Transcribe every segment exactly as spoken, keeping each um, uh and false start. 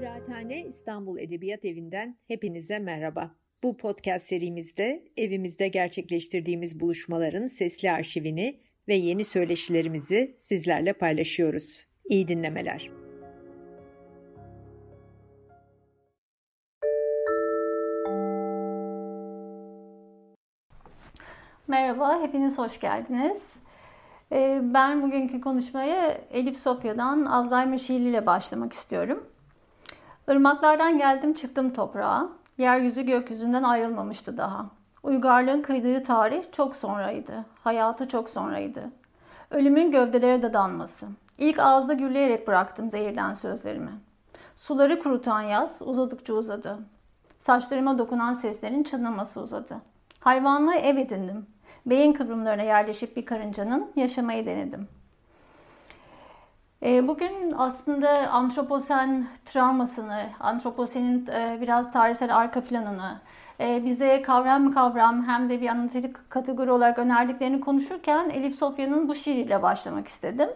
Kıraathane İstanbul Edebiyat Evi'nden hepinize merhaba. Bu podcast serimizde evimizde gerçekleştirdiğimiz buluşmaların sesli arşivini ve yeni söyleşilerimizi sizlerle paylaşıyoruz. İyi dinlemeler. Merhaba, hepiniz hoş geldiniz. Ben bugünkü konuşmaya Elif Sofya'dan Alzheimer şiiriyle başlamak istiyorum. Irmaklardan geldim çıktım toprağa, yeryüzü gökyüzünden ayrılmamıştı daha. Uygarlığın kıydığı tarih çok sonraydı, hayatı çok sonraydı. Ölümün gövdelere dadanması. İlk ağızda gürleyerek bıraktım zehirden sözlerimi. Suları kurutan yaz uzadıkça uzadı. Saçlarıma dokunan seslerin çınlaması uzadı. Hayvanlığı ev edindim. Beyin kıvrımlarına yerleşip bir karıncanın yaşamayı denedim. Bugün aslında antroposen travmasını, antroposenin biraz tarihsel arka planını, bize kavram kavram hem de bir analitik kategori olarak önerdiklerini konuşurken Elif Sofya'nın bu şiiriyle başlamak istedim.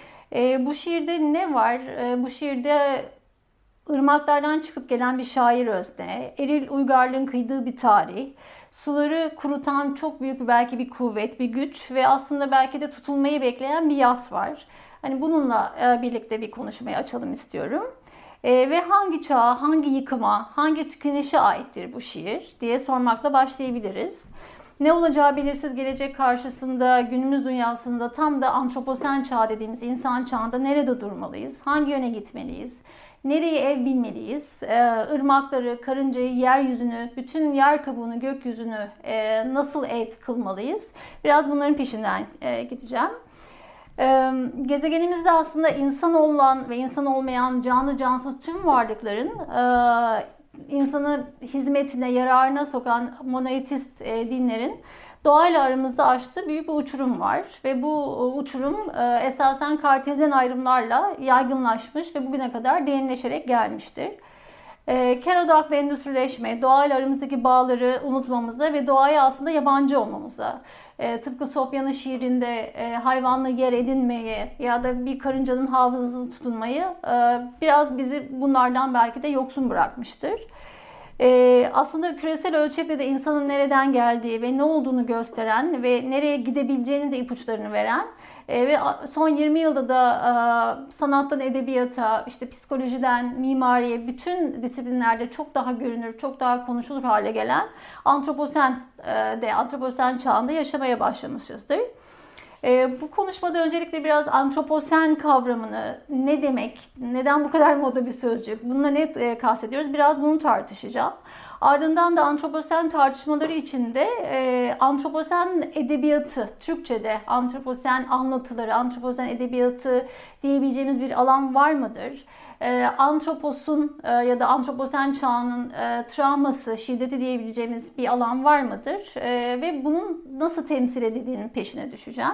Bu şiirde ne var? Bu şiirde ırmaklardan çıkıp gelen bir şair özne, eril uygarlığın kıydığı bir tarih, suları kurutan çok büyük belki bir kuvvet, bir güç ve aslında belki de tutulmayı bekleyen bir yas var. Hani bununla birlikte bir konuşmayı açalım istiyorum. E, ve hangi çağa, hangi yıkıma, hangi tükenişe aittir bu şiir diye sormakla başlayabiliriz. Ne olacağı belirsiz gelecek karşısında günümüz dünyasında tam da antroposen çağ dediğimiz insan çağında nerede durmalıyız, hangi yöne gitmeliyiz? Nereye ev bilmeliyiz? Ee, ırmakları, karıncayı, yeryüzünü, bütün yer kabuğunu, gökyüzünü e, nasıl ev kılmalıyız? Biraz bunların peşinden e, gideceğim. Ee, gezegenimizde aslında insan olan ve insan olmayan canlı cansız tüm varlıkların e, insanı hizmetine, yararına sokan monoteist e, dinlerin doğayla aramızda açtığı büyük bir uçurum var ve bu uçurum e, esasen kartezyen ayrımlarla yaygınlaşmış ve bugüne kadar derinleşerek gelmiştir. E, kar odaklı endüstrileşme, doğayla aramızdaki bağları unutmamıza ve doğaya aslında yabancı olmamıza, e, tıpkı Sofya'nın şiirinde e, hayvanla yer edinmeyi ya da bir karıncanın hafızasını tutunmayı e, biraz bizi bunlardan belki de yoksun bırakmıştır. Ee, aslında küresel ölçekte de insanın nereden geldiği ve ne olduğunu gösteren ve nereye gidebileceğini de ipuçlarını veren e, ve son yirmi yılda da e, sanattan edebiyata, işte psikolojiden mimariye bütün disiplinlerde çok daha görünür, çok daha konuşulur hale gelen antroposen e, de antroposen çağında yaşamaya başlamışızdır. E, bu konuşmada öncelikle biraz antroposen kavramını ne demek, neden bu kadar moda bir sözcük, bununla ne e, kastediyoruz biraz bunu tartışacağım. Ardından da antroposen tartışmaları içinde e, antroposen edebiyatı, Türkçe'de antroposen anlatıları, antroposen edebiyatı diyebileceğimiz bir alan var mıdır? E, antroposun e, ya da antroposen çağının e, travması, şiddeti diyebileceğimiz bir alan var mıdır? E, ve bunun nasıl temsil edildiğinin peşine düşeceğim.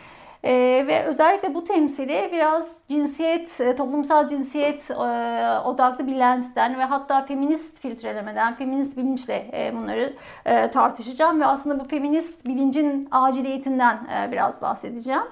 Ee, ve özellikle bu temsili biraz cinsiyet, toplumsal cinsiyet e, odaklı bir lensten ve hatta feminist filtrelemeden, feminist bilinçle e, bunları e, tartışacağım ve aslında bu feminist bilincin aciliyetinden e, biraz bahsedeceğim.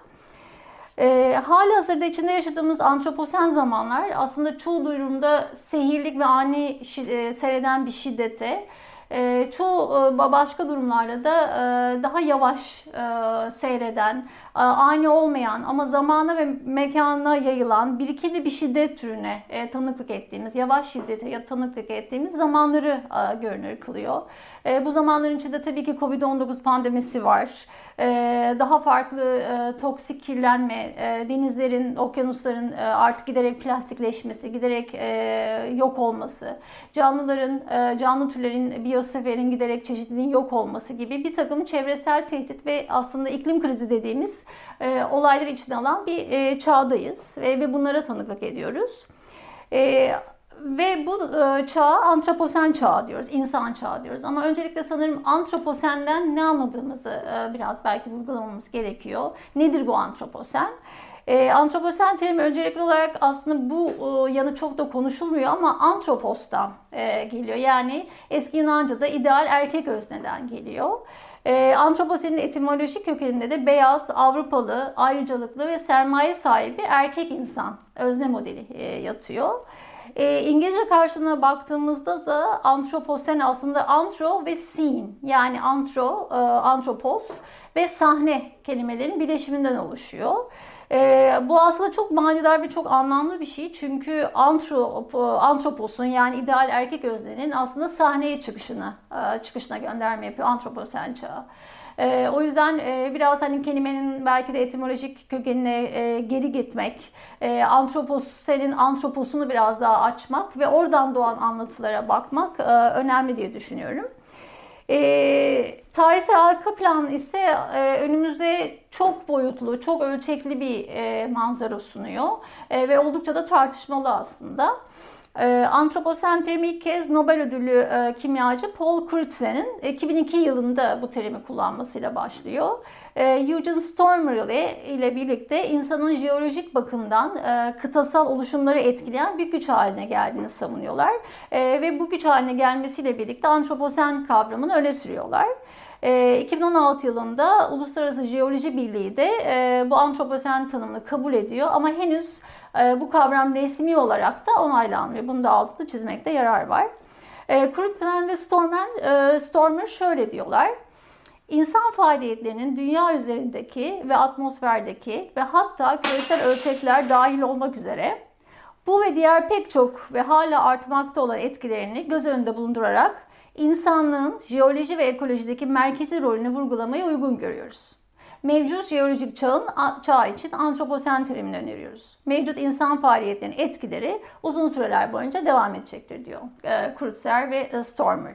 E, halihazırda içinde yaşadığımız antroposen zamanlar aslında çoğu durumda sehirlik ve ani e, seyreden bir şiddete, E, çoğu e, başka durumlarda da e, daha yavaş e, seyreden, e, ani olmayan ama zamana ve mekana yayılan birikimli bir şiddet türüne e, tanıklık ettiğimiz, yavaş şiddete ya tanıklık ettiğimiz zamanları e, görünür kılıyor. E, bu zamanların içinde tabii ki kovid on dokuz pandemisi var. E, daha farklı e, toksik kirlenme, e, denizlerin, okyanusların e, artık giderek plastikleşmesi, giderek e, yok olması, canlıların, e, canlı türlerin, biyosferin giderek çeşitliliğin yok olması gibi bir takım çevresel tehdit ve aslında iklim krizi dediğimiz e, olayları içine alan bir e, çağdayız ve, ve bunlara tanıklık ediyoruz. E, Ve bu e, çağa antroposen çağı diyoruz, insan çağı diyoruz. Ama öncelikle sanırım antroposenden ne anladığımızı e, biraz belki vurgulamamız gerekiyor. Nedir bu antroposen? E, antroposen terimi öncelikli olarak aslında bu e, yanı çok da konuşulmuyor ama antropostan e, geliyor. Yani eski Yunanca'da ideal erkek özneden geliyor. E, antroposenin etimolojik kökeninde de beyaz, Avrupalı, ayrıcalıklı ve sermaye sahibi erkek insan özne modeli e, yatıyor. E, İngilizce karşılığına baktığımızda da antroposen aslında antro ve scene, yani antro, e, antropos ve sahne kelimelerin birleşiminden oluşuyor. E, bu aslında çok manidar ve çok anlamlı bir şey. Çünkü antro, antroposun yani ideal erkek öznenin aslında sahneye çıkışını, e, çıkışına gönderme yapıyor antroposen çağı. E, o yüzden e, biraz hani kelimenin belki de etimolojik kökenine e, geri gitmek, e, antroposenin antroposunu biraz daha açmak ve oradan doğan anlatılara bakmak e, önemli diye düşünüyorum. E, tarihsel arka plan ise e, önümüze çok boyutlu, çok ölçekli bir e, manzara sunuyor e, ve oldukça da tartışmalı aslında. E, Antroposen terimi ilk kez Nobel ödüllü e, kimyacı Paul Crutzen iki bin iki yılında bu terimi kullanmasıyla başlıyor. E, Eugene Stormer ile, ile birlikte insanın jeolojik bakımdan e, kıtasal oluşumları etkileyen bir güç haline geldiğini savunuyorlar. E, ve bu güç haline gelmesiyle birlikte antroposen kavramını öne sürüyorlar. iki bin on altı yılında Uluslararası Jeoloji Birliği de e, bu antroposen tanımını kabul ediyor ama henüz e, bu kavram resmi olarak da onaylanmıyor. Bunu da altını çizmekte yarar var. E, Crutzen ve Stormer, e, Stormer şöyle diyorlar. İnsan faaliyetlerinin dünya üzerindeki ve atmosferdeki ve hatta küresel ölçekler dahil olmak üzere bu ve diğer pek çok ve hala artmakta olan etkilerini göz önünde bulundurarak insanlığın jeoloji ve ekolojideki merkezi rolünü vurgulamaya uygun görüyoruz. Mevcut jeolojik çağın çağ için antroposen terimini öneriyoruz. Mevcut insan faaliyetlerinin etkileri uzun süreler boyunca devam edecektir diyor e, Crutzen ve Stormer.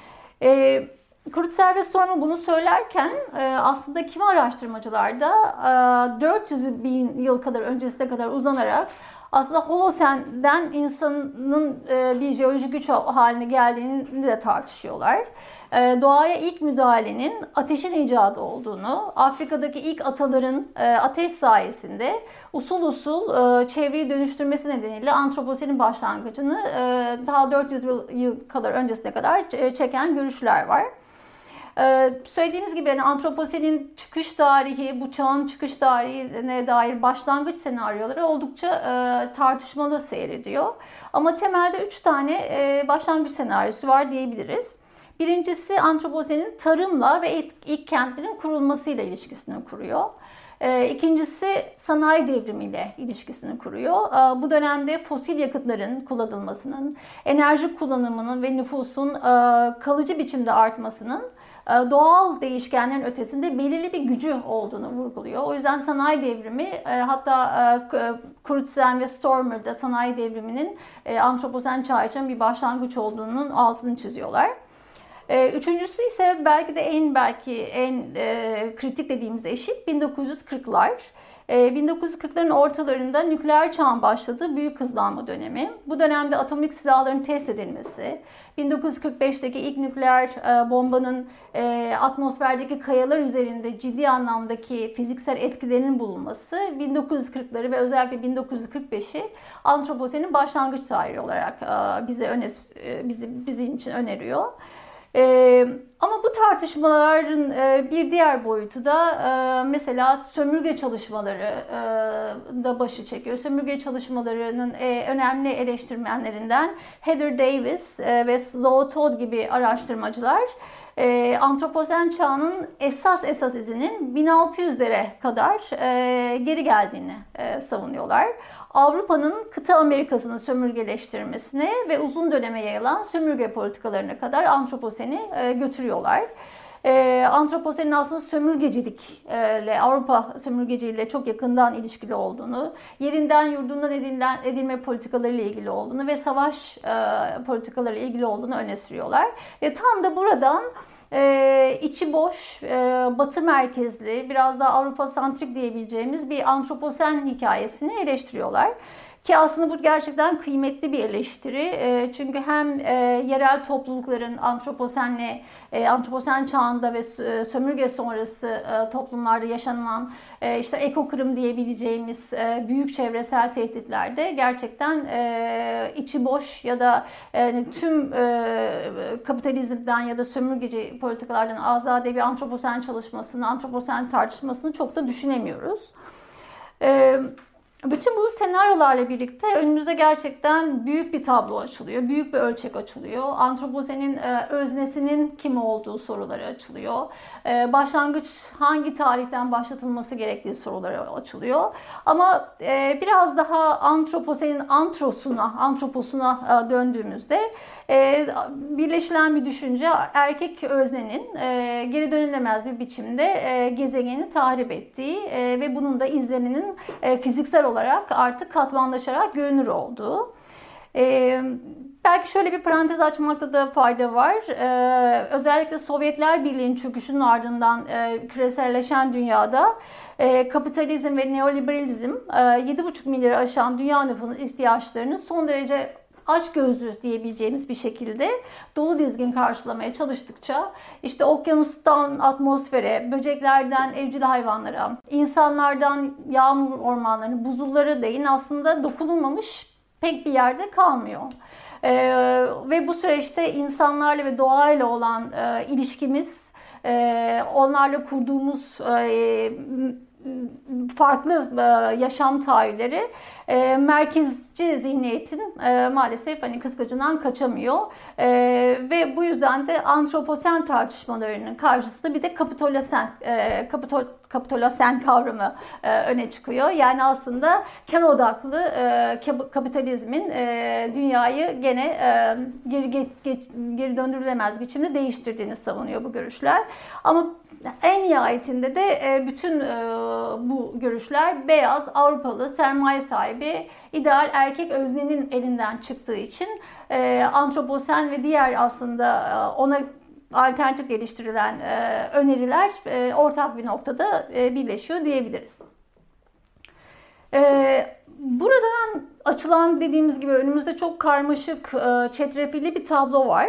E, Crutzen ve Stormer bunu söylerken e, aslında kimi araştırmacılar da e, dört yüz bin yıl kadar öncesine kadar uzanarak aslında Holosen'den insanın e, bir jeolojik güç haline geldiğini de tartışıyorlar. E, doğaya ilk müdahalenin ateşin icadı olduğunu, Afrika'daki ilk ataların e, ateş sayesinde usul usul e, çevreyi dönüştürmesi nedeniyle antroposenin başlangıcını e, daha dört yüz yıl kadar öncesine kadar çeken görüşler var. Ee, söylediğimiz gibi yani antroposenin çıkış tarihi, bu çağın çıkış tarihine dair başlangıç senaryoları oldukça e, tartışmalı seyrediyor. Ama temelde üç tane e, başlangıç senaryosu var diyebiliriz. Birincisi antroposenin tarımla ve ilk, ilk kentlerin kurulmasıyla ilişkisini kuruyor. E, ikincisi sanayi devrimiyle ilişkisini kuruyor. E, bu dönemde fosil yakıtların kullanılmasının, enerji kullanımının ve nüfusun e, kalıcı biçimde artmasının doğal değişkenlerin ötesinde belirli bir gücü olduğunu vurguluyor. O yüzden sanayi devrimi, hatta Crutzen ve Stormer da sanayi devriminin antroposen çağı için bir başlangıç olduğunun altını çiziyorlar. Üçüncüsü ise belki de en belki en kritik dediğimiz eşik bin dokuz yüz kırklar. bin dokuz yüz kırkların ortalarında nükleer çağın başladığı büyük hızlanma dönemi. Bu dönemde atomik silahların test edilmesi, bin dokuz yüz kırk beşteki ilk nükleer bombanın atmosferdeki kayalar üzerinde ciddi anlamdaki fiziksel etkilerinin bulunması, bin dokuz yüz kırkları ve özellikle bin dokuz yüz kırk beşi antroposenin başlangıç tarihi olarak bize öne bizi bizim için öneriyor. Ee, ama bu tartışmaların e, bir diğer boyutu da e, mesela sömürge çalışmaları e, da başı çekiyor. Sömürge çalışmalarının e, önemli eleştirmenlerinden Heather Davis e, ve Zoe Todd gibi araştırmacılar e, antroposen çağının esas esas izinin bin altı yüzlere kadar e, geri geldiğini e, savunuyorlar. Avrupa'nın kıta Amerika'sını sömürgeleştirmesine ve uzun döneme yayılan sömürge politikalarına kadar antroposeni e, götürüyorlar. E, antroposenin aslında sömürgecilikle, Avrupa sömürgeciliğiyle çok yakından ilişkili olduğunu, yerinden yurdundan edilen, edilme politikalarıyla ilgili olduğunu ve savaş e, politikalarıyla ilgili olduğunu öne sürüyorlar. Ve tam da buradan Ee, içi boş, e, batı merkezli, biraz daha Avrupa santrik diyebileceğimiz bir antroposen hikayesini eleştiriyorlar. Ki aslında bu gerçekten kıymetli bir eleştiri. E, çünkü hem e, yerel toplulukların antroposenle, e, antroposen çağında ve sömürge sonrası e, toplumlarda yaşanan e, işte ekokırım diyebileceğimiz e, büyük çevresel tehditlerde gerçekten e, içi boş ya da e, tüm e, kapitalizmden ya da sömürgeci politikalardan azade bir antroposen çalışmasını, antroposen tartışmasını çok da düşünemiyoruz. E, Bütün bu senaryolarla birlikte önümüzde gerçekten büyük bir tablo açılıyor, büyük bir ölçek açılıyor. Antroposenin e, öznesinin kim olduğu soruları açılıyor. E, başlangıç hangi tarihten başlatılması gerektiği soruları açılıyor. Ama e, biraz daha antroposenin antrosuna, antroposuna e, döndüğümüzde e, birleşilen bir düşünce erkek öznenin e, geri dönülemez bir biçimde e, gezegeni tahrip ettiği e, ve bunun da izlerinin e, fiziksel olarak artık katmanlaşarak görünür olduğu. E, belki şöyle bir parantez açmakta da fayda var. E, özellikle Sovyetler Birliği'nin çöküşünün ardından e, küreselleşen dünyada e, kapitalizm ve neoliberalizm e, yedi buçuk milyarı aşan dünya nüfusunun ihtiyaçlarını son derece açgözlü diyebileceğimiz bir şekilde dolu dizgin karşılamaya çalıştıkça işte okyanustan atmosfere, böceklerden evcil hayvanlara, insanlardan yağmur ormanlarına, buzullara değin aslında dokunulmamış pek bir yerde kalmıyor. Ee, ve bu süreçte insanlarla ve doğayla olan e, ilişkimiz, e, onlarla kurduğumuz e, farklı e, yaşam tahayyülleri e, merkezci zihniyetin e, maalesef hani kıskacından kaçamıyor. E, ve bu yüzden de antroposen tartışmalarının karşısında bir de kapitolasen, e, kapitol, kapitolasen kavramı e, öne çıkıyor. Yani aslında kar odaklı e, kapitalizmin e, dünyayı gene e, geri, geç, geç, geri döndürülemez biçimde değiştirdiğini savunuyor bu görüşler. Ama en nihayetinde de e, bütün e, bu görüşler beyaz Avrupalı sermaye sahibi ideal erkek öznenin elinden çıktığı için e, antroposen ve diğer aslında e, ona alternatif geliştirilen e, öneriler e, ortak bir noktada e, birleşiyor diyebiliriz. E, buradan açılan dediğimiz gibi önümüzde çok karmaşık, e, çetrefilli bir tablo var.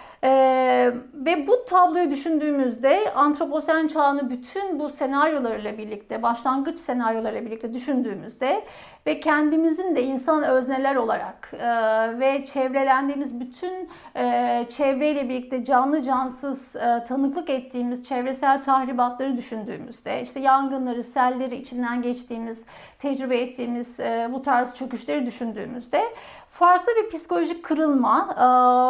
Ee, ve bu tabloyu düşündüğümüzde antroposen çağını bütün bu senaryolarıyla birlikte, başlangıç senaryolarıyla birlikte düşündüğümüzde ve kendimizin de insan özneler olarak e, ve çevrelendiğimiz bütün e, çevreyle birlikte canlı cansız e, tanıklık ettiğimiz çevresel tahribatları düşündüğümüzde, işte yangınları, selleri içinden geçtiğimiz, tecrübe ettiğimiz e, bu tarz çöküşleri düşündüğümüzde farklı bir psikolojik kırılma e,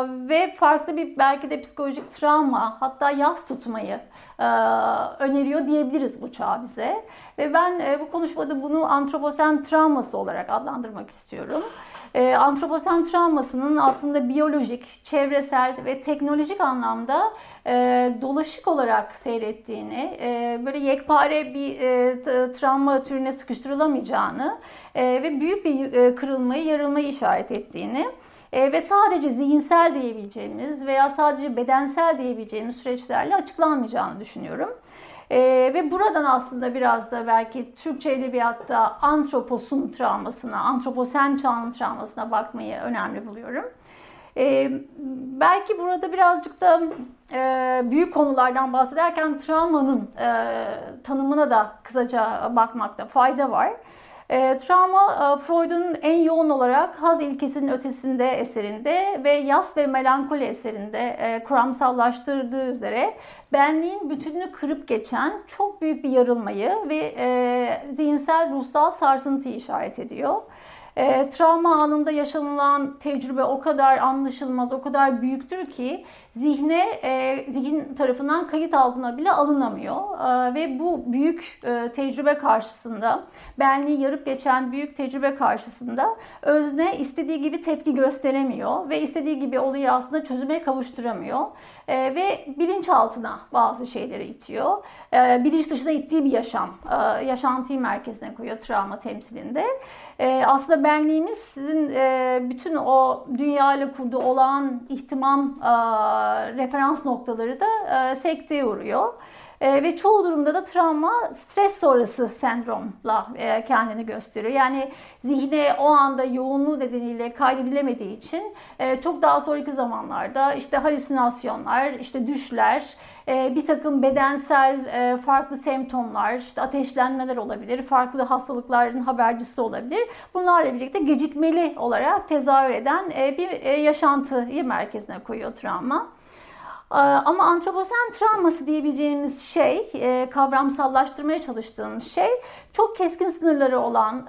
ve farklı bir belki de psikolojik travma, hatta yas tutmayı e, öneriyor diyebiliriz bu çağ bize. Ve ben e, bu konuşmada bunu antroposen travması olarak adlandırmak istiyorum. E, antroposen travmasının aslında biyolojik, çevresel ve teknolojik anlamda e, dolaşık olarak seyrettiğini, e, böyle yekpare bir e, travma türüne sıkıştırılamayacağını e, ve büyük bir e, kırılmayı, yarılmayı işaret ettiğini e, ve sadece zihinsel diyebileceğimiz veya sadece bedensel diyebileceğimiz süreçlerle açıklanmayacağını düşünüyorum. Ee, ve buradan aslında biraz da belki Türkçe edebiyatta antroposun travmasına, antroposen çağının travmasına bakmayı önemli buluyorum. Ee, belki burada birazcık da e, büyük konulardan bahsederken travmanın e, tanımına da kısaca bakmakta fayda var. E, travma, e, Freud'un en yoğun olarak haz ilkesinin ötesinde eserinde ve yas ve melankoli eserinde e, kuramsallaştırdığı üzere benliğin bütününü kırıp geçen çok büyük bir yarılmayı ve e, zihinsel ruhsal sarsıntıyı işaret ediyor. E, travma anında yaşanılan tecrübe o kadar anlaşılmaz, o kadar büyüktür ki zihne, e, zihin tarafından kayıt altına bile alınamıyor. E, ve bu büyük e, tecrübe karşısında, benliği yarıp geçen büyük tecrübe karşısında özne istediği gibi tepki gösteremiyor ve istediği gibi olayı aslında çözüme kavuşturamıyor. E, ve bilinçaltına bazı şeyleri itiyor. E, bilinç dışına ittiği bir yaşam, e, yaşantıyı merkezine koyuyor travma temsilinde. E, aslında benliğimiz sizin e, bütün o dünyayla kurduğu olağan ihtimam e, referans noktaları da e, sekteye uğruyor. E, ve çoğu durumda da travma stres sonrası sendromla e, kendini gösteriyor. Yani zihne o anda yoğunluğu nedeniyle kaydedilemediği için e, çok daha sonraki zamanlarda işte halüsinasyonlar, işte düşler, e, bir takım bedensel e, farklı semptomlar, işte ateşlenmeler olabilir, farklı hastalıkların habercisi olabilir. Bunlarla birlikte gecikmeli olarak tezahür eden e, bir e, yaşantıyı merkezine koyuyor travma. Ama antroposen travması diyebileceğimiz şey, kavramsallaştırmaya çalıştığımız şey çok keskin sınırları olan,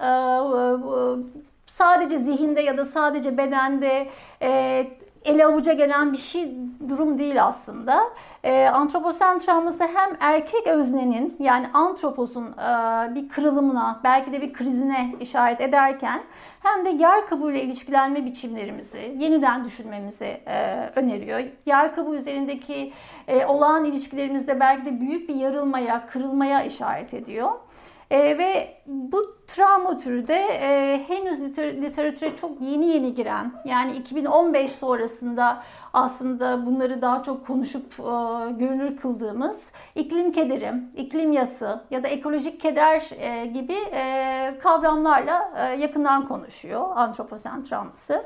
sadece zihinde ya da sadece bedende ele avuca gelen bir şey, durum değil aslında. E, antroposen travması hem erkek öznenin, yani antroposun e, bir kırılımına, belki de bir krizine işaret ederken, hem de yer kabuğuyla ilişkilenme biçimlerimizi yeniden düşünmemizi e, öneriyor. Yer kabuğu üzerindeki e, olağan ilişkilerimizde belki de büyük bir yarılmaya, kırılmaya işaret ediyor. E, ve bu travma türü de e, henüz liter, literatüre çok yeni yeni giren, yani iki bin on beş sonrasında aslında bunları daha çok konuşup e, görünür kıldığımız iklim kederi, iklim yası ya da ekolojik keder e, gibi e, kavramlarla e, yakından konuşuyor antroposen travması.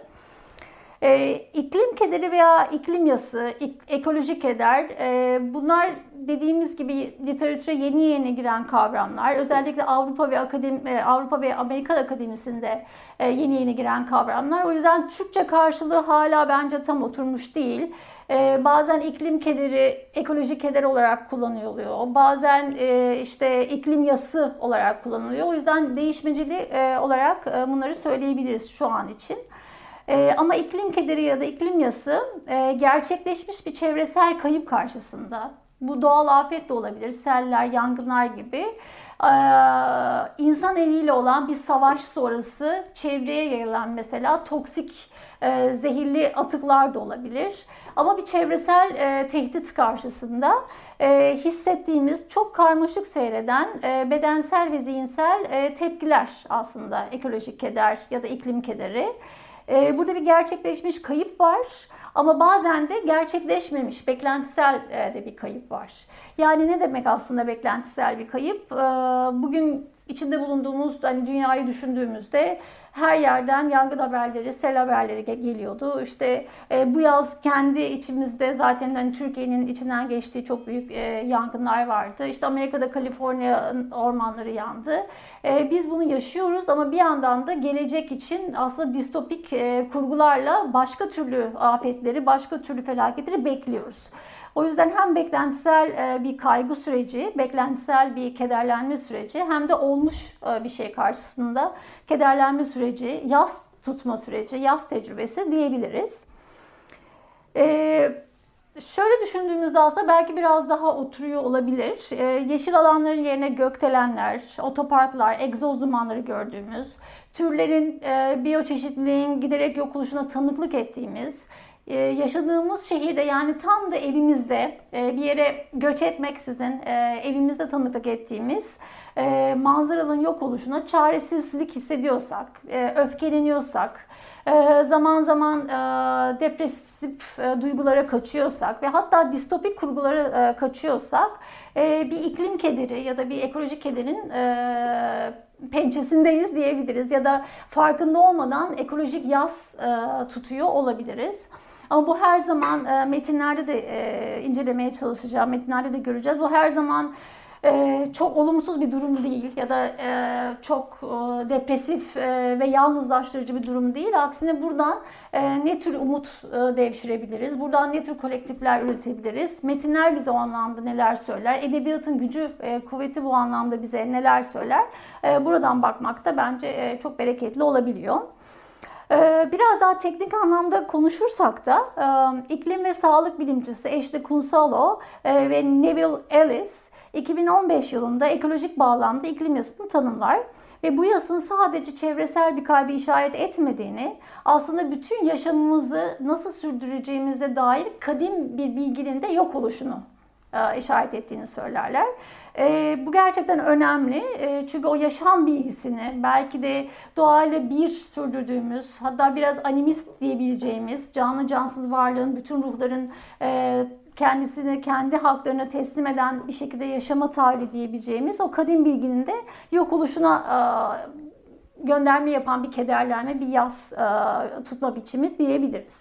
E, iklim kederi veya iklim yası, ik, ekolojik keder, e, bunlar dediğimiz gibi literatüre yeni yeni giren kavramlar. Özellikle Avrupa ve Akademi, e, Avrupa ve Amerika Akademisi'nde e, yeni yeni giren kavramlar. O yüzden Türkçe karşılığı hala bence tam oturmuş değil. E, bazen iklim kederi, ekolojik keder olarak kullanılıyor. Bazen e, işte iklim yası olarak kullanılıyor. O yüzden değişmecili e, olarak e, bunları söyleyebiliriz şu an için. Ee, ama iklim kederi ya da iklim yası e, gerçekleşmiş bir çevresel kayıp karşısında, bu doğal afet de olabilir, seller, yangınlar gibi, e, insan eliyle olan bir savaş sonrası çevreye yayılan mesela toksik, e, zehirli atıklar da olabilir. Ama bir çevresel e, tehdit karşısında e, hissettiğimiz, çok karmaşık seyreden e, bedensel ve zihinsel e, tepkiler aslında ekolojik keder ya da iklim kederi. Burada bir gerçekleşmiş kayıp var ama bazen de gerçekleşmemiş, beklentisel de bir kayıp var. Yani ne demek aslında beklentisel bir kayıp? Bugün içinde bulunduğumuz hani dünyayı düşündüğümüzde her yerden yangın haberleri, sel haberleri geliyordu. İşte e, bu yaz kendi içimizde zaten hani Türkiye'nin içinden geçtiği çok büyük e, yangınlar vardı. İşte Amerika'da Kaliforniya ormanları yandı. E, biz bunu yaşıyoruz ama bir yandan da gelecek için aslında distopik e, kurgularla başka türlü afetleri, başka türlü felaketleri bekliyoruz. O yüzden hem beklentisel bir kaygı süreci, beklentisel bir kederlenme süreci, hem de olmuş bir şey karşısında kederlenme süreci, yas tutma süreci, yas tecrübesi diyebiliriz. Ee, şöyle düşündüğümüzde aslında belki biraz daha oturuyor olabilir. Ee, yeşil alanların yerine gökdelenler, otoparklar, egzoz dumanları gördüğümüz, türlerin, e, biyoçeşitliliğin giderek yok oluşuna tanıklık ettiğimiz, yaşadığımız şehirde, yani tam da evimizde, bir yere göç etmeksizin evimizde tanıklık ettiğimiz manzaranın yok oluşuna çaresizlik hissediyorsak, öfkeleniyorsak, zaman zaman depresif duygulara kaçıyorsak ve hatta distopik kurgulara kaçıyorsak, bir iklim kederi ya da bir ekolojik kederin pençesindeyiz diyebiliriz ya da farkında olmadan ekolojik yas tutuyor olabiliriz. Ama bu her zaman e, metinlerde de e, incelemeye çalışacağım, metinlerde de göreceğiz. Bu her zaman e, çok olumsuz bir durum değil ya da e, çok e, depresif e, ve yalnızlaştırıcı bir durum değil. Aksine buradan e, ne tür umut e, devşirebiliriz, buradan ne tür kolektifler üretebiliriz, metinler bize o anlamda neler söyler, edebiyatın gücü, e, kuvveti bu anlamda bize neler söyler, e, buradan bakmak da bence e, çok bereketli olabiliyor. Biraz daha teknik anlamda konuşursak da iklim ve sağlık bilimcisi Ashley Kunsalo ve Neville Ellis iki bin on beş yılında ekolojik bağlamda iklim yasını tanımlar ve bu yasın sadece çevresel bir kaybı işaret etmediğini, aslında bütün yaşamımızı nasıl sürdüreceğimize dair kadim bir bilginin de yok oluşunu işaret ettiğini söylerler. E, bu gerçekten önemli e, çünkü o yaşam bilgisini belki de doğayla bir sürdürdüğümüz, hatta biraz animist diyebileceğimiz, canlı cansız varlığın, bütün ruhların e, kendisini kendi haklarına teslim eden bir şekilde yaşama tahayyülü diyebileceğimiz o kadim bilginin de yok oluşuna e, gönderme yapan bir kederlenme, bir yas e, tutma biçimi diyebiliriz.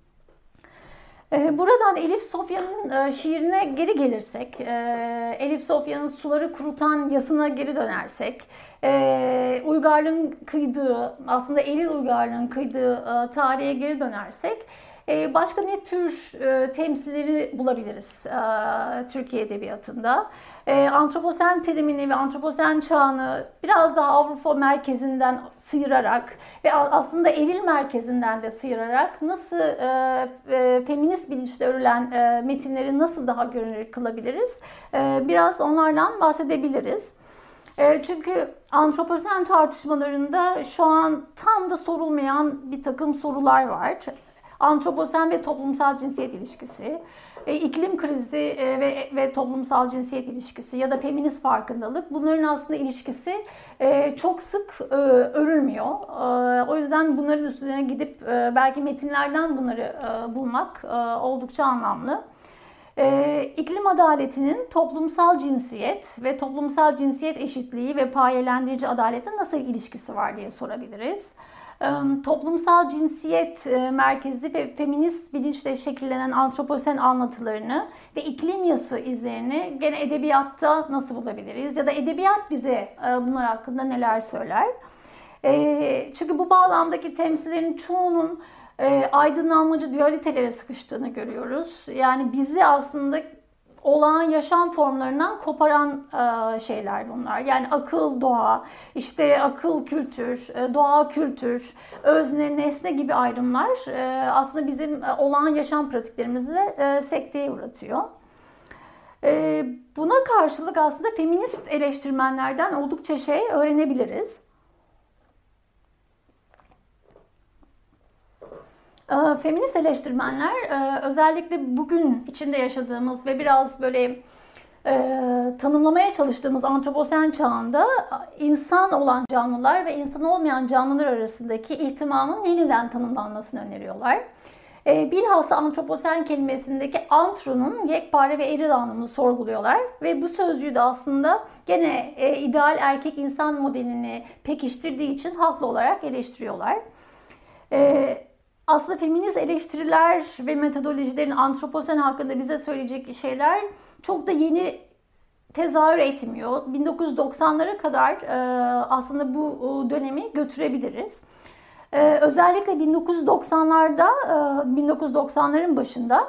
Buradan Elif Sofya'nın şiirine geri gelirsek, Elif Sofya'nın suları kurutan yasına geri dönersek, Uygarlığın kıydığı, aslında Eril Uygarlığın kıydığı tarihe geri dönersek, E, başka ne tür e, temsilleri bulabiliriz e, Türkiye Edebiyatı'nda? E, antroposen terimini ve antroposen çağını biraz daha Avrupa merkezinden sıyırarak ve aslında eril merkezinden de sıyırarak nasıl e, e, feminist bilinçle örülen e, metinleri nasıl daha görünür kılabiliriz? E, biraz onlardan bahsedebiliriz. E, çünkü antroposen tartışmalarında şu an tam da sorulmayan bir takım sorular var. Antroposen ve toplumsal cinsiyet ilişkisi, e, iklim krizi e, ve, ve toplumsal cinsiyet ilişkisi ya da feminist farkındalık, bunların aslında ilişkisi e, çok sık e, örülmüyor. E, o yüzden bunların üstüne gidip e, belki metinlerden bunları e, bulmak e, oldukça anlamlı. E, iklim adaletinin toplumsal cinsiyet ve toplumsal cinsiyet eşitliği ve payelendirici adaletle nasıl ilişkisi var diye sorabiliriz. Toplumsal cinsiyet merkezli ve feminist bilinçle şekillenen antroposen anlatılarını ve iklim yası izlerini gene edebiyatta nasıl bulabiliriz? Ya da edebiyat bize bunlar hakkında neler söyler? Çünkü bu bağlamdaki temsillerin çoğunun aydınlanmacı dualitelere sıkıştığını görüyoruz. Yani bizi aslında olağan yaşam formlarından koparan şeyler bunlar. Yani akıl, doğa, işte akıl, kültür, doğa, kültür, özne, nesne gibi ayrımlar aslında bizim olağan yaşam pratiklerimizi de sekteye uğratıyor. Buna karşılık aslında feminist eleştirmenlerden oldukça şey öğrenebiliriz. Feminist eleştirmenler özellikle bugün içinde yaşadığımız ve biraz böyle tanımlamaya çalıştığımız antroposen çağında insan olan canlılar ve insan olmayan canlılar arasındaki ihtimamın yeniden tanımlanmasını öneriyorlar. Bilhassa antroposen kelimesindeki antronun yekpare ve eril anlamını sorguluyorlar ve bu sözcüğü de aslında gene ideal erkek insan modelini pekiştirdiği için haklı olarak eleştiriyorlar. Aslında feminist eleştiriler ve metodolojilerin antroposen hakkında bize söyleyecek şeyler çok da yeni tezahür etmiyor. bin dokuz yüz doksanlara kadar aslında bu dönemi götürebiliriz. Özellikle bin dokuz yüz doksanlarda, bin dokuz yüz doksanların başında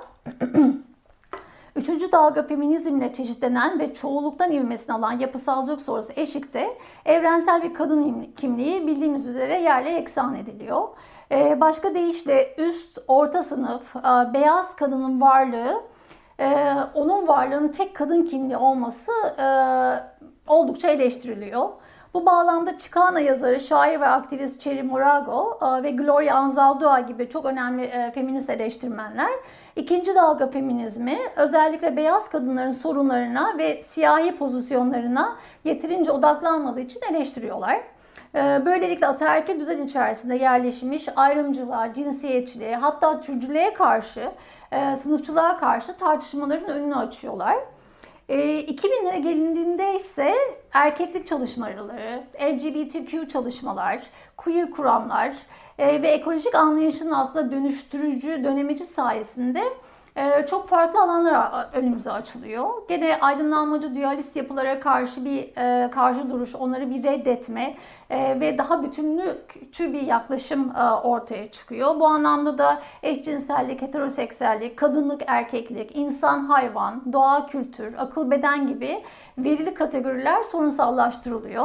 üçüncü dalga feminizmle çeşitlenen ve çoğunluktan ivmesini alan yapısalcılık sonrası eşikte evrensel bir kadın kimliği bildiğimiz üzere yerle yeksan ediliyor. Başka deyişle üst, orta sınıf, beyaz kadının varlığı, onun varlığının tek kadın kimliği olması oldukça eleştiriliyor. Bu bağlamda Chicana yazarı, şair ve aktivist Cherry Morago ve Gloria Anzaldúa gibi çok önemli feminist eleştirmenler ikinci dalga feminizmi özellikle beyaz kadınların sorunlarına ve siyahi pozisyonlarına yeterince odaklanmadığı için eleştiriyorlar. Böylelikle ataerkil düzen içerisinde yerleşmiş ayrımcılığa, cinsiyetçiliğe, hatta türcülüğe karşı, sınıfçılığa karşı tartışmaların önünü açıyorlar. iki binlere gelindiğinde ise erkeklik çalışmaları, L G B T Q çalışmalar, queer kuramlar ve ekolojik anlayışın aslında dönüştürücü, dönemeci sayesinde çok farklı alanlar önümüze açılıyor. Gene aydınlanmacı dualist yapılara karşı bir karşı duruş, onları bir reddetme ve daha bütünlükçü bir yaklaşım ortaya çıkıyor. Bu anlamda da eşcinsellik, heteroseksüellik, kadınlık, erkeklik, insan, hayvan, doğa, kültür, akıl, beden gibi verili kategoriler sorunsallaştırılıyor.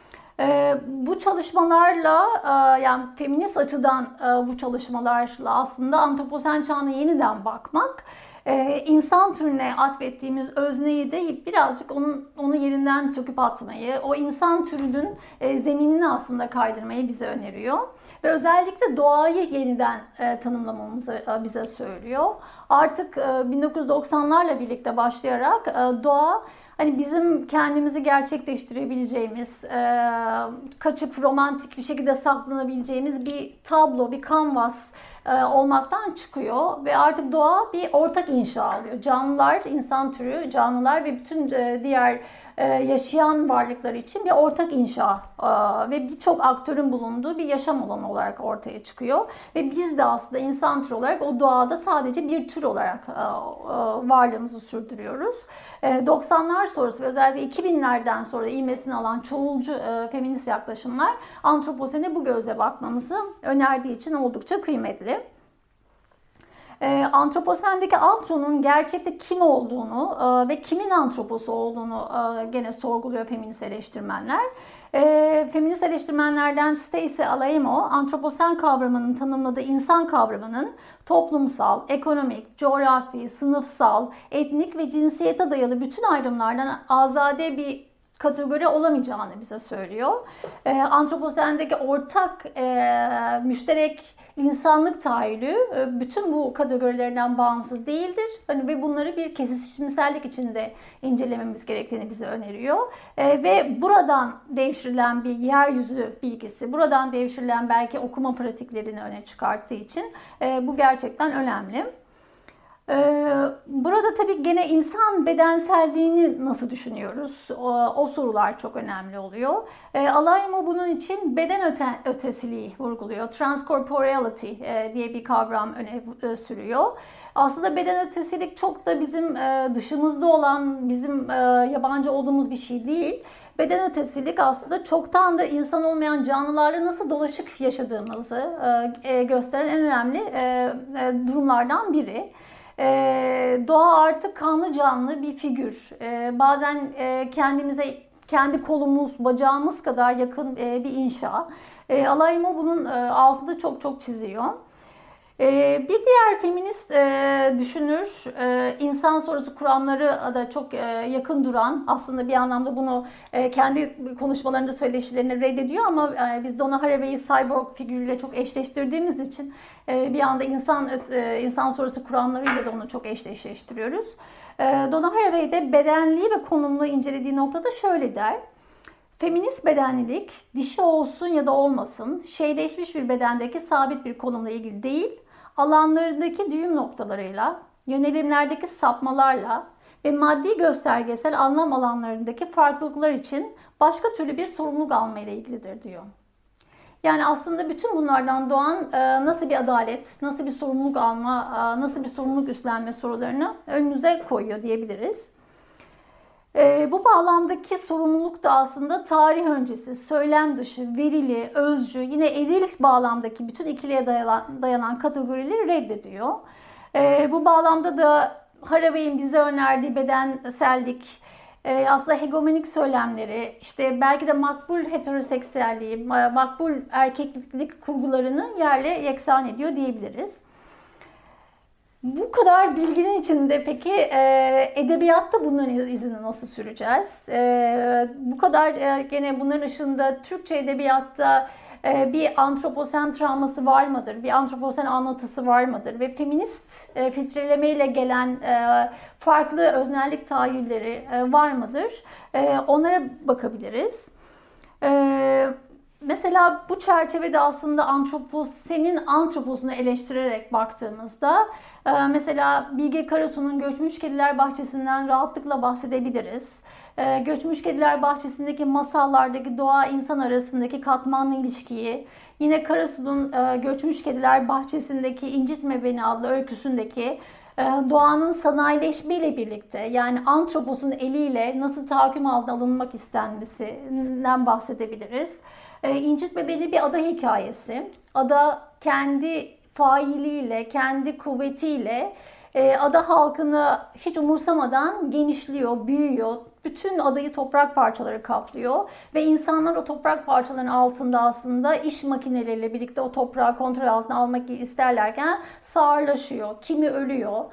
Bu çalışmalarla, yani feminist açıdan bu çalışmalarla aslında antroposen çağına yeniden bakmak, insan türüne atfettiğimiz özneyi de birazcık onun, onu yerinden söküp atmayı, o insan türünün zeminini aslında kaydırmayı bize öneriyor. Ve özellikle doğayı yeniden tanımlamamızı bize söylüyor. Artık bin dokuz yüz doksanlarla birlikte başlayarak doğa, hani bizim kendimizi gerçekleştirebileceğimiz, e, kaçıp romantik bir şekilde saklanabileceğimiz bir tablo, bir kanvas e, olmaktan çıkıyor ve artık doğa bir ortak inşa alıyor. Canlılar, insan türü, canlılar ve bütün e, diğer e, yaşayan varlıklar için bir ortak inşa e, ve birçok aktörün bulunduğu bir yaşam alanı olarak ortaya çıkıyor. Ve biz de aslında insan türü olarak o doğada sadece bir tür olarak e, e, varlığımızı sürdürüyoruz. E, doksanlar sonrası ve özellikle iki binlerden sonra ivmesini alan çoğulcu e, feminist yaklaşımlar antroposene bu gözle bakmamızı önerdiği için oldukça kıymetli. E, antroposendeki antronun gerçekte kim olduğunu e, ve kimin antroposu olduğunu e, gene sorguluyor feminist eleştirmenler. E, feminist eleştirmenlerden Stacey Alaimo, antroposen kavramının tanımladığı insan kavramının toplumsal, ekonomik, coğrafi, sınıfsal, etnik ve cinsiyete dayalı bütün ayrımlardan azade bir kategori olamayacağını bize söylüyor. E, antroposendeki ortak e, müşterek insanlık tahayyülü e, bütün bu kategorilerden bağımsız değildir. Hani ve bunları bir kesişimsellik içinde incelememiz gerektiğini bize öneriyor. E, ve buradan devşirilen bir yeryüzü bilgisi, buradan devşirilen belki okuma pratiklerini öne çıkarttığı için e, bu gerçekten önemli. Burada tabii gene insan bedenselliğini nasıl düşünüyoruz? O, o sorular çok önemli oluyor. Alaimo bunun için beden öte, ötesiliği vurguluyor. Transcorporeality diye bir kavram öne sürüyor. Aslında beden ötesilik çok da bizim dışımızda olan, bizim yabancı olduğumuz bir şey değil. Beden ötesilik aslında çoktandır insan olmayan canlılarla nasıl dolaşık yaşadığımızı gösteren en önemli durumlardan biri. Ee, doğa artık kanlı canlı bir figür. Ee, bazen e, kendimize kendi kolumuz, bacağımız kadar yakın e, bir inşa. E, Alaimo bunun e, altını çok çok çiziyor. E, bir diğer feminist e, düşünür, e, insan sonrası kuramları da çok e, yakın duran, aslında bir anlamda bunu e, kendi konuşmalarında söyleşilerini reddediyor ama e, biz Donna Haraway'i cyborg figürüyle çok eşleştirdiğimiz için e, bir anda insan e, insan sonrası kuramlarıyla da onu çok eşleştiriyoruz. E, Donna Haraway de bedenliği ve konumluğu incelediği noktada şöyle der. Feminist bedenlilik, dişi olsun ya da olmasın, şeyleşmiş bir bedendeki sabit bir konumla ilgili değil, alanlarındaki düğüm noktalarıyla, yönelimlerdeki sapmalarla ve maddi göstergesel anlam alanlarındaki farklılıklar için başka türlü bir sorumluluk almayla ilgilidir diyor. Yani aslında bütün bunlardan doğan nasıl bir adalet, nasıl bir sorumluluk alma, nasıl bir sorumluluk üstlenme sorularını önümüze koyuyor diyebiliriz. E, bu bağlamdaki sorumluluk da aslında tarih öncesi, söylem dışı, verili, özcü, yine eril bağlamdaki bütün ikiliye dayanan, dayanan kategorileri reddediyor. E, bu bağlamda da Haraway'in bize önerdiği bedensellik, e, aslında hegemonik söylemleri, işte belki de makbul heteroseksüelliği, makbul erkeklik kurgularını yerle yeksan ediyor diyebiliriz. Bu kadar bilginin içinde peki e, edebiyatta bunların izini nasıl süreceğiz? E, bu kadar e, gene bunların ışığında Türkçe edebiyatta e, bir antroposen travması var mıdır? Bir antroposen anlatısı var mıdır? Ve feminist e, filtrelemeyle gelen e, farklı öznellik tahayyülleri e, var mıdır? E, onlara bakabiliriz. E, Mesela bu çerçevede aslında antroposenin antroposunu eleştirerek baktığımızda mesela Bilge Karasu'nun Göçmüş Kediler Bahçesi'nden rahatlıkla bahsedebiliriz. Göçmüş Kediler Bahçesi'ndeki masallardaki doğa insan arasındaki katmanlı ilişkiyi, yine Karasu'nun Göçmüş Kediler Bahçesi'ndeki İncitme Beni adlı öyküsündeki doğanın sanayileşmeyle birlikte, yani antroposun eliyle nasıl tahakküm altına alınmak istenmesinden bahsedebiliriz. İncitme Beni bir ada hikayesi. Ada kendi failiyle, kendi kuvvetiyle ada halkını hiç umursamadan genişliyor, büyüyor. Bütün adayı toprak parçaları kaplıyor ve insanlar o toprak parçalarının altında aslında iş makineleriyle birlikte o toprağı kontrol altına almak isterlerken sağırlaşıyor, kimi ölüyor.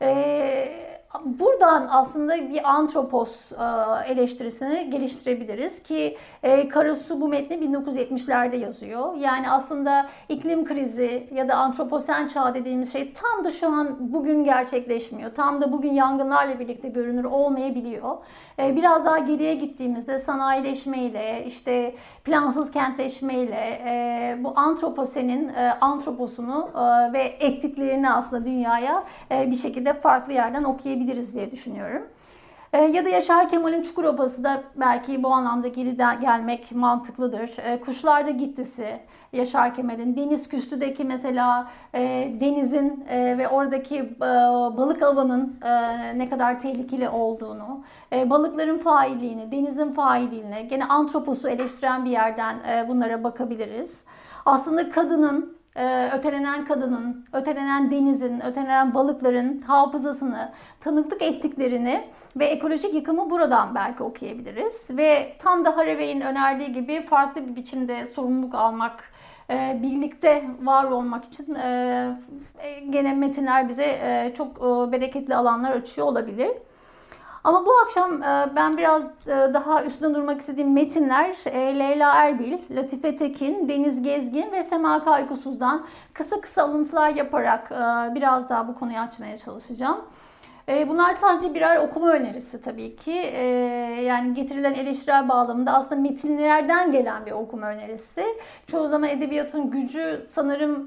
Ee, Buradan aslında bir antropos eleştirisini geliştirebiliriz ki Karasu bu metni bin dokuz yüz yetmişlerde yazıyor. Yani aslında iklim krizi ya da antroposen çağ dediğimiz şey tam da şu an bugün gerçekleşmiyor. Tam da bugün yangınlarla birlikte görünür olmayabiliyor. Biraz daha geriye gittiğimizde sanayileşmeyle, işte plansız kentleşmeyle bu antroposenin antroposunu ve ektiklerini aslında dünyaya bir şekilde farklı yerden okuyabiliriz diye düşünüyorum. Ya da Yaşar Kemal'in Çukurova'sı da belki bu anlamda geri gelmek mantıklıdır. Kuşlarda Gittisi, Yaşar Kemal'in Deniz Küstü'deki mesela denizin ve oradaki balık avının ne kadar tehlikeli olduğunu, balıkların failliğini, denizin failliğini, gene antroposu eleştiren bir yerden bunlara bakabiliriz. Aslında kadının e, ötelenen kadının, ötelenen denizin, ötelenen balıkların hafızasını, tanıklık ettiklerini ve ekolojik yıkımı buradan belki okuyabiliriz. Ve tam da Haraway'in önerdiği gibi farklı bir biçimde sorumluluk almak, e, birlikte var olmak için e, gene metinler bize e, çok e, bereketli alanlar açıyor olabilir. Ama bu akşam ben biraz daha üstüne durmak istediğim metinler Leyla Erbil, Latife Tekin, Deniz Gezgin ve Sema Kaygusuz'dan kısa kısa alıntılar yaparak biraz daha bu konuyu açmaya çalışacağım. Bunlar sadece birer okuma önerisi tabii ki. Yani getirilen eleştirel bağlamında aslında metinlerden gelen bir okuma önerisi. Çoğu zaman edebiyatın gücü sanırım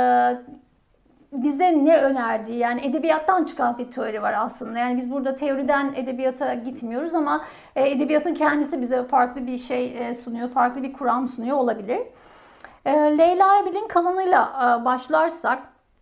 bize ne önerdiği, yani edebiyattan çıkan bir teori var aslında. Yani biz burada teoriden edebiyata gitmiyoruz ama edebiyatın kendisi bize farklı bir şey sunuyor, farklı bir kuram sunuyor olabilir. Leyla Erbil'in Kalan'ıyla başlarsak,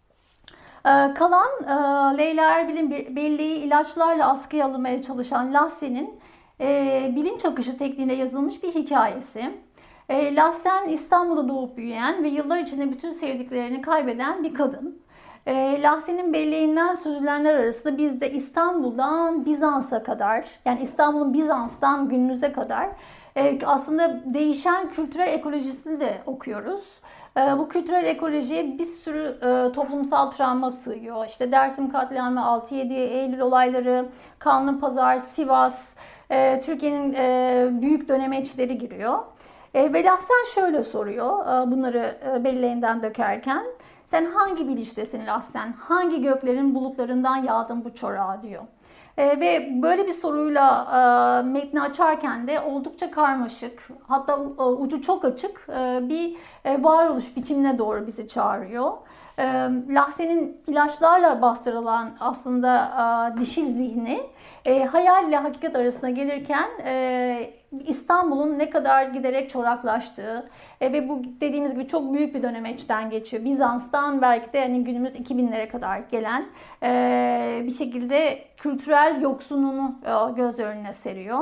Kalan, Leyla Erbil'in belleği ilaçlarla askıya alınmaya çalışan Lahsen'in bilinç akışı tekniğine yazılmış bir hikayesi. Lahsen İstanbul'da doğup büyüyen ve yıllar içinde bütün sevdiklerini kaybeden bir kadın. Lahsen'in belleğinden süzülenler arasında biz de İstanbul'dan Bizans'a kadar, yani İstanbul'un Bizans'tan günümüze kadar aslında değişen kültürel ekolojisini de okuyoruz. Bu kültürel ekolojiye bir sürü toplumsal travma sığıyor. İşte Dersim katliamı, altı yedi Eylül olayları, Kanlıpazar, Sivas, Türkiye'nin büyük dönemeçleri giriyor. Ve Lahsen şöyle soruyor bunları belleğinden dökerken. Sen hangi bilinçtesin Lahsen? Hangi göklerin bulutlarından yağdın bu çorağa diyor. E, ve böyle bir soruyla e, metni açarken de oldukça karmaşık, hatta e, ucu çok açık e, bir e, varoluş biçimine doğru bizi çağırıyor. E, Lahsen'in ilaçlarla bastırılan aslında e, dişil zihni e, hayal ile hakikat arasına gelirken e, İstanbul'un ne kadar giderek çoraklaştığı e, ve bu dediğimiz gibi çok büyük bir dönemeçten geçiyor. Bizans'tan belki de hani günümüz iki binlere kadar gelen e, bir şekilde kültürel yoksunluğunu e, göz önüne seriyor.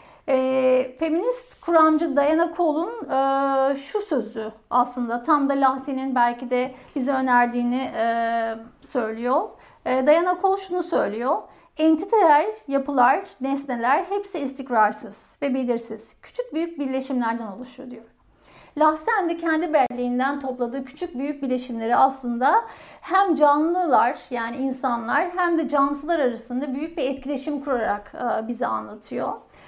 E, feminist kuramcı Diana Cole'un e, şu sözü aslında tam da Lahsen'in belki de bize önerdiğini e, söylüyor. E, Diana Cole şunu söylüyor. Entiteler, yapılar, nesneler hepsi istikrarsız ve belirsiz, küçük büyük birleşimlerden oluşuyor diyor. Lahsen de kendi belleğinden topladığı küçük büyük birleşimleri aslında hem canlılar, yani insanlar, hem de cansılar arasında büyük bir etkileşim kurarak bize anlatıyor.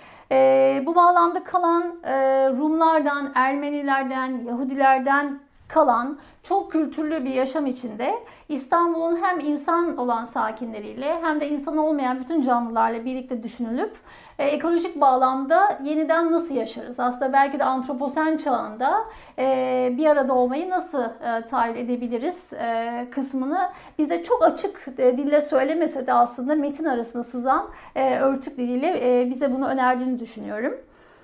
Bu bağlamda Kalan Rumlardan, Ermenilerden, Yahudilerden kalan çok kültürlü bir yaşam içinde İstanbul'un hem insan olan sakinleriyle hem de insan olmayan bütün canlılarla birlikte düşünülüp e, ekolojik bağlamda yeniden nasıl yaşarız? Aslında belki de antroposen çağında e, bir arada olmayı nasıl e, tahayyül edebiliriz e, kısmını bize çok açık e, dille söylemese de aslında metin arasında sızan e, örtük diliyle e, bize bunu önerdiğini düşünüyorum.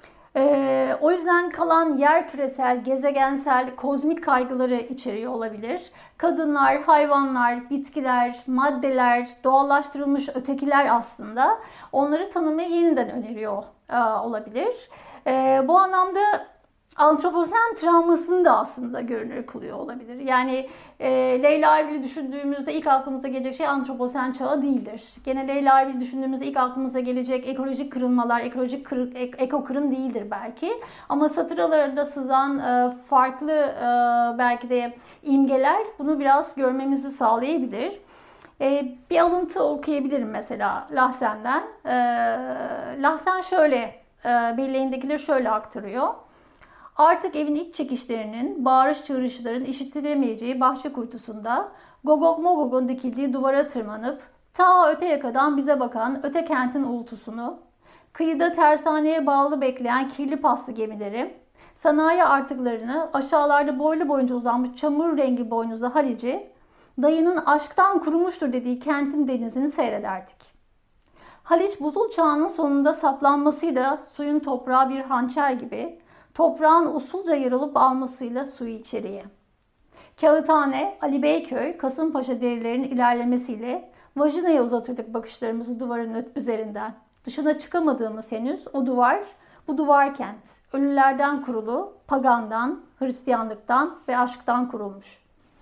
Ee, o yüzden Kalan yer küresel, gezegensel, kozmik kaygıları içeriyor olabilir. Kadınlar, hayvanlar, bitkiler, maddeler, doğallaştırılmış ötekiler aslında onları tanımayı yeniden öneriyor e, olabilir. E, bu anlamda antroposen travmasını da aslında görünür kılıyor olabilir. Yani e, Leyla Erbil'i düşündüğümüzde ilk aklımıza gelecek şey antroposen çağı değildir. Gene Leyla Erbil'i düşündüğümüzde ilk aklımıza gelecek ekolojik kırılmalar, ekolojik kır, ek, ekokırım değildir belki. Ama satır aralarında sızan e, farklı e, belki de imgeler bunu biraz görmemizi sağlayabilir. E, bir alıntı okuyabilirim mesela Lahsen'den. E, Lahsen şöyle, e, belleğindekileri şöyle aktarıyor. Artık evin iç çekişlerinin, bağırış çığırışların işitilemeyeceği bahçe kuytusunda Gogok Mogok'un dikildiği duvara tırmanıp ta öte yakadan bize bakan öte kentin uğultusunu, kıyıda tersaneye bağlı bekleyen kirli paslı gemileri, sanayi artıklarını, aşağılarda boylu boyunca uzanmış çamur rengi boynuzlu Halici, dayının aşktan kurumuştur dediği kentin denizini seyrederdik. Haliç buzul çağının sonunda saplanmasıyla suyun toprağa bir hançer gibi, toprağın usulca yarılıp almasıyla suyu içeriye. Kağıthane, Ali Beyköy, Kasımpaşa derilerinin ilerlemesiyle vajinaya uzatırdık bakışlarımızı duvarın üzerinden. Dışına çıkamadığımız henüz o duvar, bu duvar kent. Ölülerden kurulu, pagandan, Hristiyanlıktan ve aşktan kurulmuş.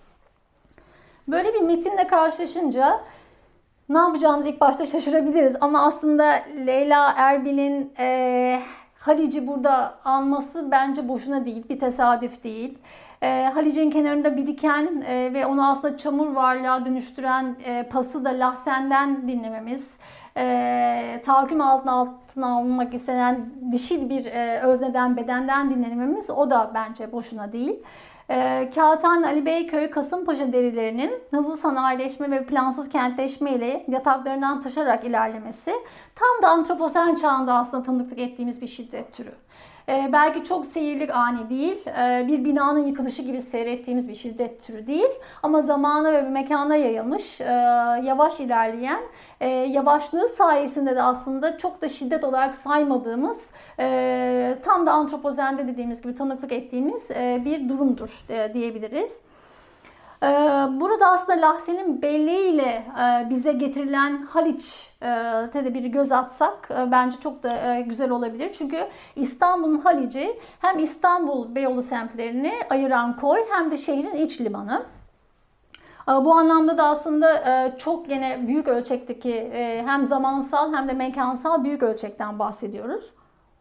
Böyle bir metinle karşılaşınca ne yapacağımızı ilk başta şaşırabiliriz. Ama aslında Leyla Erbil'in e, Halic'i burada anması bence boşuna değil, bir tesadüf değil. E, Halic'in kenarında biriken e, ve onu aslında çamur varlığa dönüştüren e, pası da Lahsen'den dinlememiz, e, tahakküm altına, altına alınmak istenen dişil bir e, özneden, bedenden dinlememiz o da bence boşuna değil. E, Kağıthane Ali Beyköy Kasımpaşa derilerinin hızlı sanayileşme ve plansız kentleşme ile yataklarından taşarak ilerlemesi tam da antroposen çağında aslında tanıklık ettiğimiz bir şiddet türü. Ee, belki çok seyirlik ani değil, ee, bir binanın yıkılışı gibi seyrettiğimiz bir şiddet türü değil. Ama zamana ve mekana yayılmış, e, yavaş ilerleyen, e, yavaşlığı sayesinde de aslında çok da şiddet olarak saymadığımız, e, tam da antropozende dediğimiz gibi tanıklık ettiğimiz e, bir durumdur e, diyebiliriz. Burada aslında Lahsen'in belleğiyle bize getirilen Haliç'e de bir göz atsak bence çok da güzel olabilir. Çünkü İstanbul'un Haliç'i hem İstanbul Beyoğlu semtlerini ayıran koy hem de şehrin iç limanı. Bu anlamda da aslında çok yine büyük ölçekteki hem zamansal hem de mekansal büyük ölçekten bahsediyoruz.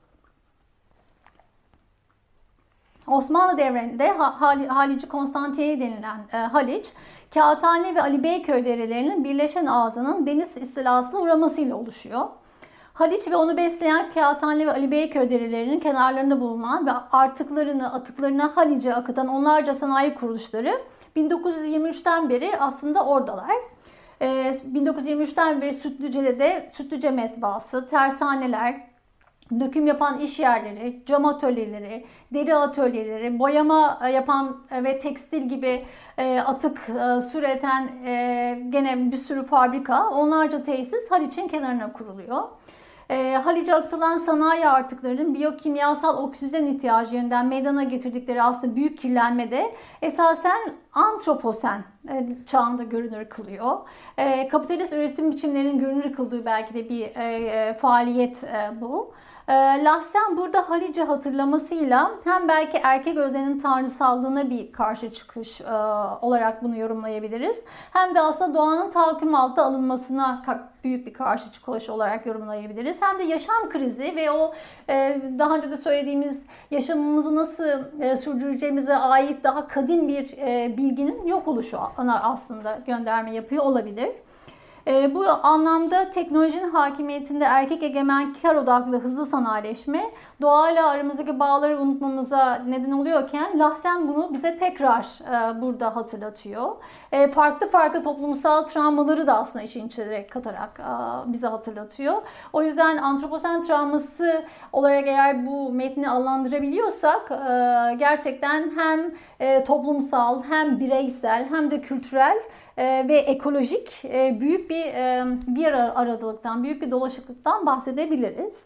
Osmanlı devrinde Haliç-i Konstantiniye denilen e, Haliç, Kağıthane ve Ali Beyköy derelerinin birleşen ağzının deniz istilasına uğramasıyla oluşuyor. Haliç ve onu besleyen Kağıthane ve Ali Beyköy derelerinin kenarlarında bulunan ve artıklarını, atıklarını Haliç'e akıtan onlarca sanayi kuruluşları bin dokuz yüz yirmi üçten beri aslında oradalar. E, bin dokuz yüz yirmi üçten beri Sütlüce'de de Sütlüce mezbahası, tersaneler, döküm yapan iş yerleri, cam atölyeleri, deri atölyeleri, boyama yapan ve tekstil gibi atık üreten gene bir sürü fabrika, onlarca tesis Haliç'in kenarına kuruluyor. Haliç'e akıtılan sanayi artıklarının biyokimyasal oksijen ihtiyacı yönünden meydana getirdikleri aslında büyük kirlenme de esasen antroposen çağında görünür kılıyor. Kapitalist üretim biçimlerinin görünür kıldığı belki de bir faaliyet bu. Lahsen burada Haliç'i hatırlamasıyla hem belki erkek öznenin tanrısallığına bir karşı çıkış olarak bunu yorumlayabiliriz. Hem de aslında doğanın tahakküm altına alınmasına büyük bir karşı çıkış olarak yorumlayabiliriz. Hem de yaşam krizi ve o daha önce de söylediğimiz yaşamımızı nasıl sürdüreceğimize ait daha kadim bir bilginin yok oluşu aslında gönderme yapıyor olabilir. Bu anlamda teknolojinin hakimiyetinde erkek egemen kar odaklı hızlı sanayileşme doğayla aramızdaki bağları unutmamıza neden oluyorken Lahsen bunu bize tekrar burada hatırlatıyor. Farklı farklı toplumsal travmaları da aslında işin içine katarak bize hatırlatıyor. O yüzden antroposen travması olarak eğer bu metni adlandırabiliyorsak gerçekten hem toplumsal hem bireysel hem de kültürel ve ekolojik büyük bir bir aradalıktan, büyük bir dolaşıklıktan bahsedebiliriz.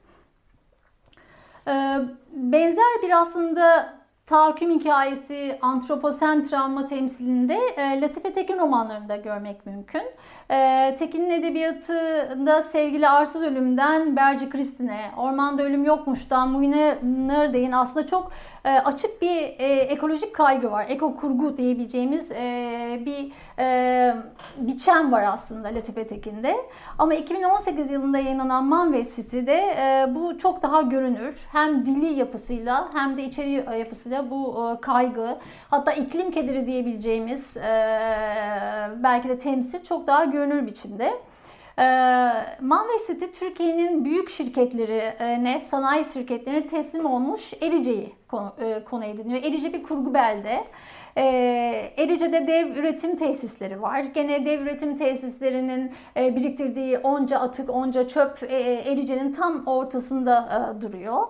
Benzer bir aslında tahakküm hikayesi antroposen travma temsilinde Latife Tekin romanlarında görmek mümkün. Tekin'in edebiyatında Sevgili Arsız Ölüm'den Berci Kristin'e, Ormanda Ölüm Yokmuş'tan Muine Nardey'in aslında çok açık bir ekolojik kaygı var. Eko kurgu diyebileceğimiz bir biçem var aslında Latife Tekin'de. Ama iki bin on sekiz yılında yayınlanan Man ve City'de bu çok daha görünür. Hem dili yapısıyla hem de içeriği yapısıyla bu kaygı, hatta iklim kederi diyebileceğimiz belki de temsil çok daha görünür biçimde. Man ve City Türkiye'nin büyük şirketlerine, sanayi şirketlerine teslim olmuş Erice'yi konu, konu ediniyor. Erice bir kurgu belde. Erice'de dev üretim tesisleri var. Gene dev üretim tesislerinin biriktirdiği onca atık, onca çöp Erice'nin tam ortasında duruyor.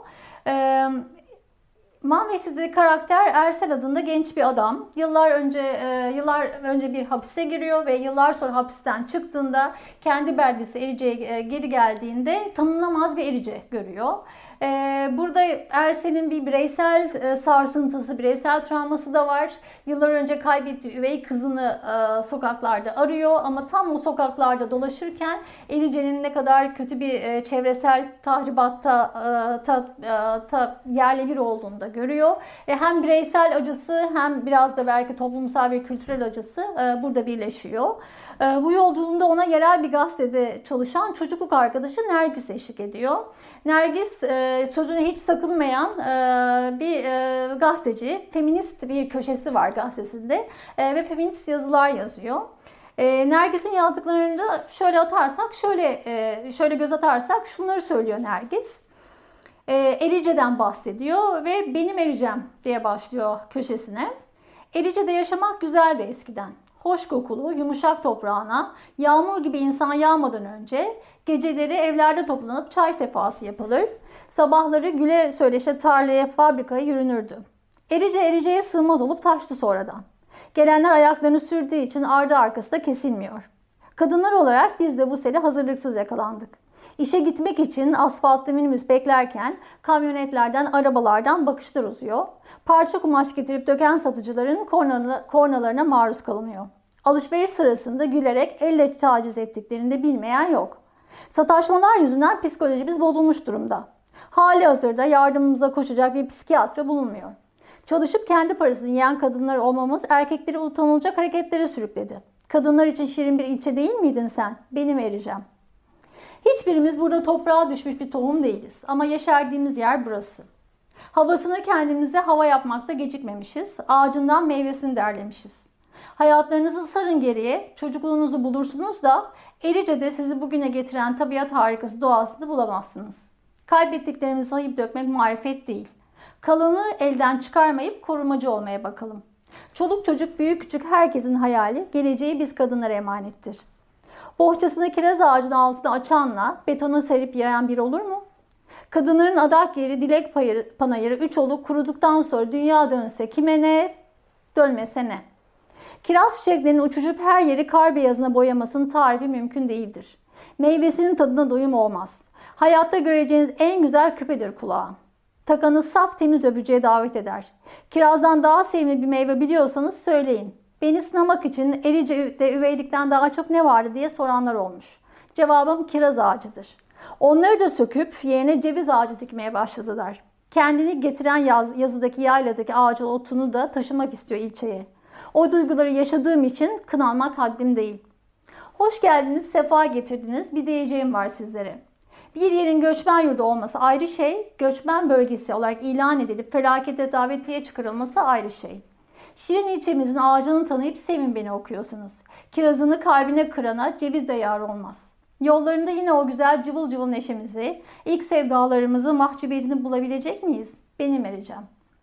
Man ve City'deki karakter Ersel adında genç bir adam. Yıllar önce yıllar önce bir hapise giriyor ve yıllar sonra hapisten çıktığında kendi beldesi Erice'ye geri geldiğinde tanınamaz bir Erice görüyor. Burada Ersen'in bir bireysel sarsıntısı, bireysel travması da var. Yıllar önce kaybettiği üvey kızını sokaklarda arıyor ama tam o sokaklarda dolaşırken Elice'nin ne kadar kötü bir çevresel tahribatta ta, ta, yerle bir olduğunu da görüyor. Hem bireysel acısı hem biraz da belki toplumsal ve kültürel acısı burada birleşiyor. Bu yolculuğunda ona yerel bir gazetede çalışan çocukluk arkadaşı Nergis eşlik ediyor. Nergis sözüne hiç sakınmayan bir gazeteci, feminist bir köşesi var gazetesinde ve feminist yazılar yazıyor. Nergis'in yazdıklarında şöyle atarsak, şöyle şöyle göz atarsak şunları söylüyor Nergis. Elice'den bahsediyor ve benim Elicem diye başlıyor köşesine. Elice'de yaşamak güzeldi eskiden. Hoş kokulu, yumuşak toprağına, yağmur gibi insan yağmadan önce geceleri evlerde toplanıp çay sefası yapılır. Sabahları güle söyleşe tarlaya, fabrikaya yürünürdü. Erice ericeye sığmaz olup taştı sonradan. Gelenler ayaklarını sürdüğü için ardı arkası da kesilmiyor. Kadınlar olarak biz de bu sene hazırlıksız yakalandık. İşe gitmek için asfaltlı minibüs beklerken kamyonetlerden, arabalardan bakışlar uzuyor. Parça kumaş getirip döken satıcıların kornalarına maruz kalınıyor. Alışveriş sırasında gülerek elle taciz ettiklerini de bilmeyen yok. Sataşmalar yüzünden psikolojimiz bozulmuş durumda. Hali hazırda yardımımıza koşacak bir psikiyatra bulunmuyor. Çalışıp kendi parasını yiyen kadınlar olmamız erkekleri utanılacak hareketlere sürükledi. Kadınlar için şirin bir ilçe değil miydin sen? Benim Ericem. Hiçbirimiz burada toprağa düşmüş bir tohum değiliz ama yeşerdiğimiz yer burası. Havasını kendimize hava yapmakta gecikmemişiz, ağacından meyvesini derlemişiz. Hayatlarınızı sarın geriye, çocukluğunuzu bulursunuz da Erice'de sizi bugüne getiren tabiat harikası doğasını bulamazsınız. Kaybettiklerimizi sayıp dökmek marifet değil. Kalanı elden çıkarmayıp korumacı olmaya bakalım. Çoluk çocuk, büyük küçük herkesin hayali, geleceği biz kadınlara emanettir. Bohçasını kiraz ağacının altına açanla betona serip yayan bir olur mu? Kadınların adak yeri, dilek panayırı, üç oluk kuruduktan sonra dünya dönse kime ne, dönmese ne? Kiraz çiçeklerinin uçuşup her yeri kar beyazına boyamasının tarifi mümkün değildir. Meyvesinin tadına doyum olmaz. Hayatta göreceğiniz en güzel küpedir kulağa. Takanı saf temiz öpücüğe davet eder. Kirazdan daha sevimli bir meyve biliyorsanız söyleyin. Beni sınamak için Erice'de üveylikten daha çok ne vardı diye soranlar olmuş. Cevabım kiraz ağacıdır. Onları da söküp yerine ceviz ağacı dikmeye başladılar. Kendini getiren yaz, yazıdaki yayladaki ağacın otunu da taşımak istiyor ilçeye. O duyguları yaşadığım için kınanmak haddim değil. Hoş geldiniz, sefa getirdiniz. Bir diyeceğim var sizlere. Bir yerin göçmen yurdu olması ayrı şey, göçmen bölgesi olarak ilan edilip felakete davetiye çıkarılması ayrı şey. Şirin ilçemizin ağacını tanıyıp sevin beni okuyorsunuz. Kirazını kalbine kırana ceviz de yar olmaz. Yollarında yine o güzel cıvıl cıvıl neşemizi, ilk sevdalarımızı, mahcubiyetini bulabilecek miyiz? Benim Ericem.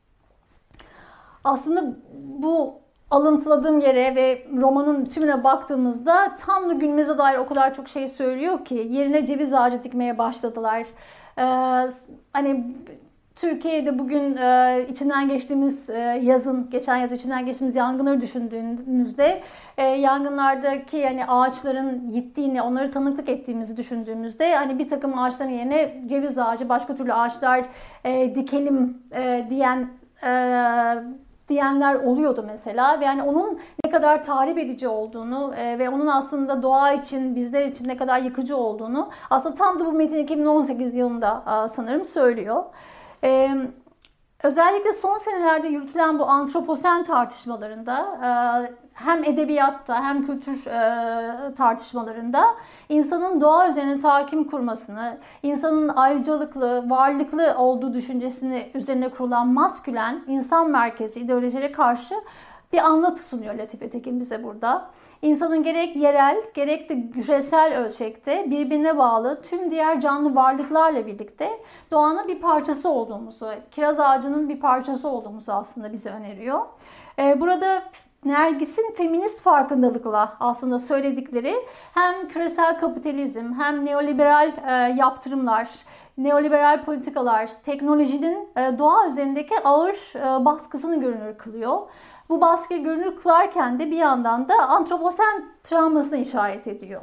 Aslında bu alıntıladığım yere ve romanın tümüne baktığımızda Tanrı günümüze dair o kadar çok şey söylüyor ki yerine ceviz ağacı dikmeye başladılar. Ee, hani Türkiye'de bugün e, içinden geçtiğimiz e, yazın, geçen yaz içinden geçtiğimiz yangınları düşündüğümüzde, e, yangınlardaki yani ağaçların gittiğini, onları tanıklık ettiğimizi düşündüğümüzde, hani bir takım ağaçların yerine ceviz ağacı, başka türlü ağaçlar e, dikelim e, diyen e, diyenler oluyordu mesela ve yani onun ne kadar tahrip edici olduğunu e, ve onun aslında doğa için, bizler için ne kadar yıkıcı olduğunu aslında tam da bu metin iki bin on sekiz yılında e, sanırım söylüyor. Ee, özellikle son senelerde yürütülen bu antroposen tartışmalarında e, hem edebiyatta hem kültür e, tartışmalarında insanın doğa üzerine tahakküm kurmasını, insanın ayrıcalıklı, varlıklı olduğu düşüncesini üzerine kurulan maskülen, insan merkezci ideolojilere karşı bir anlatı sunuyor Latife Tekin bize burada. İnsanın gerek yerel, gerek de küresel ölçekte birbirine bağlı tüm diğer canlı varlıklarla birlikte doğanın bir parçası olduğumuzu, kiraz ağacının bir parçası olduğumuzu aslında bize öneriyor. Burada Nergis'in feminist farkındalıkla aslında söyledikleri hem küresel kapitalizm hem neoliberal yaptırımlar, neoliberal politikalar, teknolojinin doğa üzerindeki ağır baskısını görünür kılıyor. Bu baskıyı görünür kılarken de bir yandan da antroposen travmasına işaret ediyor.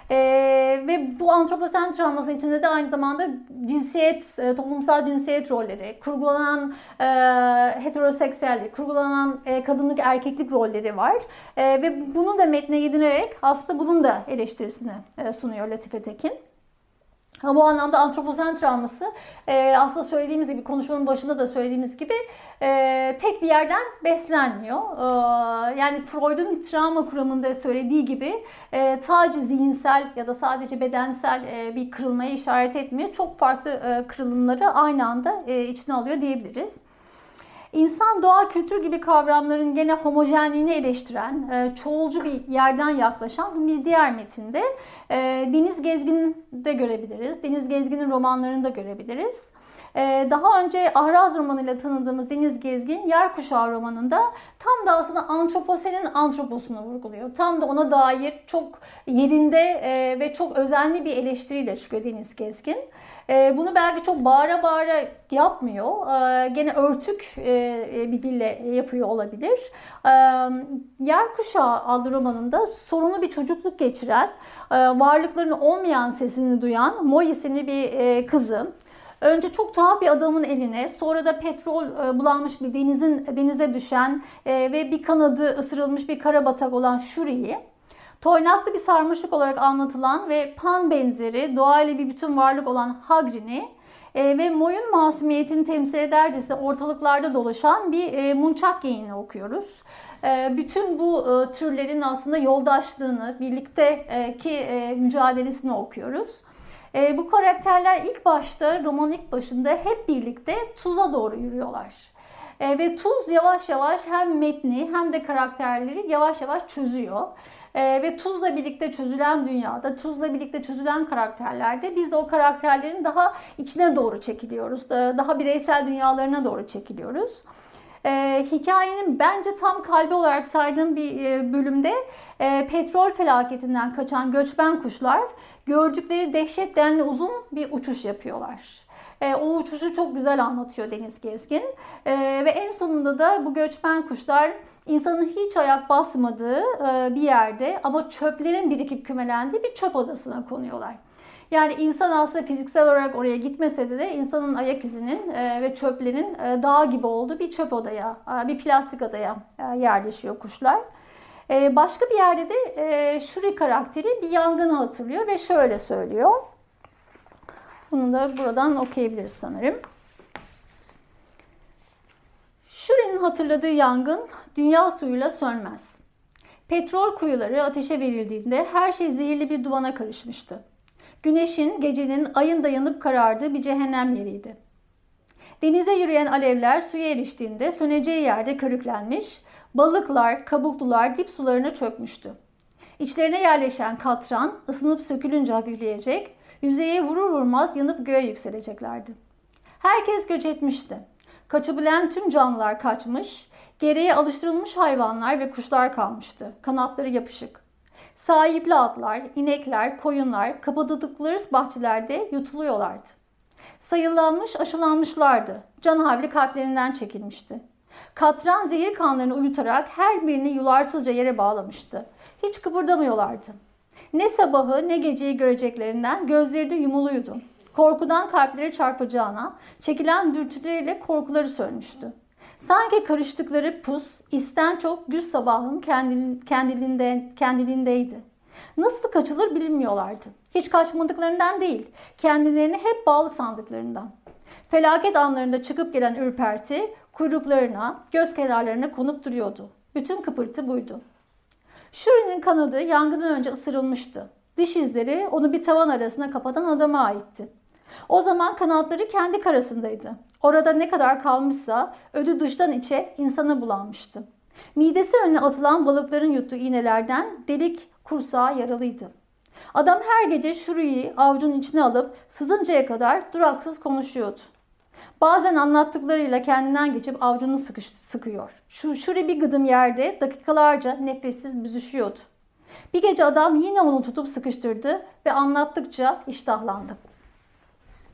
Ee, ve bu antroposen travmasının içinde de aynı zamanda cinsiyet, e, toplumsal cinsiyet rolleri, kurgulanan e, heteroseksüellik, kurgulanan e, kadınlık erkeklik rolleri var. E, ve bunu da metne yedinerek aslında bunun da eleştirisini e, sunuyor Latife Tekin. Ama bu anlamda antroposen travması e, aslında söylediğimiz gibi, konuşmanın başında da söylediğimiz gibi e, tek bir yerden beslenmiyor. E, yani Freud'un travma kuramında söylediği gibi e, sadece zihinsel ya da sadece bedensel e, bir kırılmaya işaret etmiyor. Çok farklı e, kırılımları aynı anda e, içine alıyor diyebiliriz. İnsan, doğa, kültür gibi kavramların gene homojenliğini eleştiren, çoğulcu bir yerden yaklaşan bir diğer metinde Deniz Gezgin'de görebiliriz. Deniz Gezgin'in romanlarını da görebiliriz. Daha önce Ahraz romanıyla tanıdığımız Deniz Gezgin, Yerkuşağı romanında tam da aslında antroposenin antroposunu vurguluyor. Tam da ona dair çok yerinde ve çok özenli bir eleştiriyle çıkıyor Deniz Gezgin. Bunu belki çok bağıra bağıra yapmıyor. Gene örtük bir dille yapıyor olabilir. Yerkuşağı adlı romanında sorunlu bir çocukluk geçiren, varlıklarının olmayan sesini duyan Moy isimli bir kızı, önce çok tuhaf bir adamın eline, sonra da petrol bulanmış bir denizin denize düşen ve bir kanadı ısırılmış bir karabatak olan Shuri'yi, toynaklı bir sarmaşık olarak anlatılan ve Pan benzeri doğayla bir bütün varlık olan Hagrin'i e, ve Moy'un masumiyetini temsil edercesine ortalıklarda dolaşan bir e, munçak geyini okuyoruz. E, bütün bu e, türlerin aslında yoldaşlığını, birlikteki e, mücadelesini okuyoruz. E, bu karakterler ilk başta, romanın ilk başında hep birlikte Tuz'a doğru yürüyorlar. E, ve Tuz yavaş yavaş hem metni hem de karakterleri yavaş yavaş çözüyor. Ee, ve Tuz'la birlikte çözülen dünyada, Tuz'la birlikte çözülen karakterlerde biz de o karakterlerin daha içine doğru çekiliyoruz. Daha bireysel dünyalarına doğru çekiliyoruz. Ee, hikayenin bence tam kalbi olarak saydığım bir e, bölümde e, petrol felaketinden kaçan göçmen kuşlar gördükleri dehşet denli uzun bir uçuş yapıyorlar. E, o uçuşu çok güzel anlatıyor Deniz Gezgin. E, ve en sonunda da bu göçmen kuşlar insanın hiç ayak basmadığı e, bir yerde ama çöplerin birikip kümelendiği bir çöp odasına konuyorlar. Yani insan aslında fiziksel olarak oraya gitmese de, de insanın ayak izinin e, ve çöplerin e, dağ gibi olduğu bir çöp odaya, e, bir plastik adaya e, yerleşiyor kuşlar. E, başka bir yerde de e, Shuri karakteri bir yangını hatırlıyor ve şöyle söylüyor. Bunu da buradan okuyabiliriz sanırım. Shuri'nin hatırladığı yangın dünya suyuyla sönmez. Petrol kuyuları ateşe verildiğinde her şey zehirli bir duvana karışmıştı. Güneşin, gecenin, ayın da yanıp karardığı bir cehennem yeriydi. Denize yürüyen alevler suya eriştiğinde söneceği yerde körüklenmiş, balıklar, kabuklular dip sularına çökmüştü. İçlerine yerleşen katran ısınıp sökülünce hafifleyecek, yüzeye vurur vurmaz yanıp göğe yükseleceklerdi. Herkes göç etmişti. Kaçabilen tüm canlılar kaçmış, geriye alıştırılmış hayvanlar ve kuşlar kalmıştı. Kanatları yapışık. Sahipli atlar, inekler, koyunlar kapadıkları bahçelerde yutuluyorlardı. Sayılanmış, aşılanmışlardı. Can havli kalplerinden çekilmişti. Katran zehir kanlarını uyutarak her birini yularsızca yere bağlamıştı. Hiç kıpırdamıyorlardı. Ne sabahı ne geceyi göreceklerinden gözleri de yumuluydu. Korkudan kalpleri çarpacağına, çekilen dürtüleriyle korkuları sönmüştü. Sanki karıştıkları pus, isten çok gül sabahın kendiliğinde, kendiliğindeydi. Nasıl kaçılır bilmiyorlardı. Hiç kaçmadıklarından değil, kendilerini hep bağlı sandıklarından. Felaket anlarında çıkıp gelen ürperti, kuyruklarına, göz kenarlarına konup duruyordu. Bütün kıpırtı buydu. Shuri'nin kanadı yangından önce ısırılmıştı. Diş izleri onu bir tavan arasına kapatan adama aitti. O zaman kanatları kendi karasındaydı. Orada ne kadar kalmışsa ödü dıştan içe insana bulanmıştı. Midesi önüne atılan balıkların yuttuğu iğnelerden delik kursağı yaralıydı. Adam her gece Shuri'yi avucunun içine alıp sızıncaya kadar duraksız konuşuyordu. Bazen anlattıklarıyla kendinden geçip avucunu sıkış, sıkıyor. Şu Shuri bir gıdım yerde dakikalarca nefessiz büzüşüyordu. Bir gece adam yine onu tutup sıkıştırdı ve anlattıkça iştahlandı.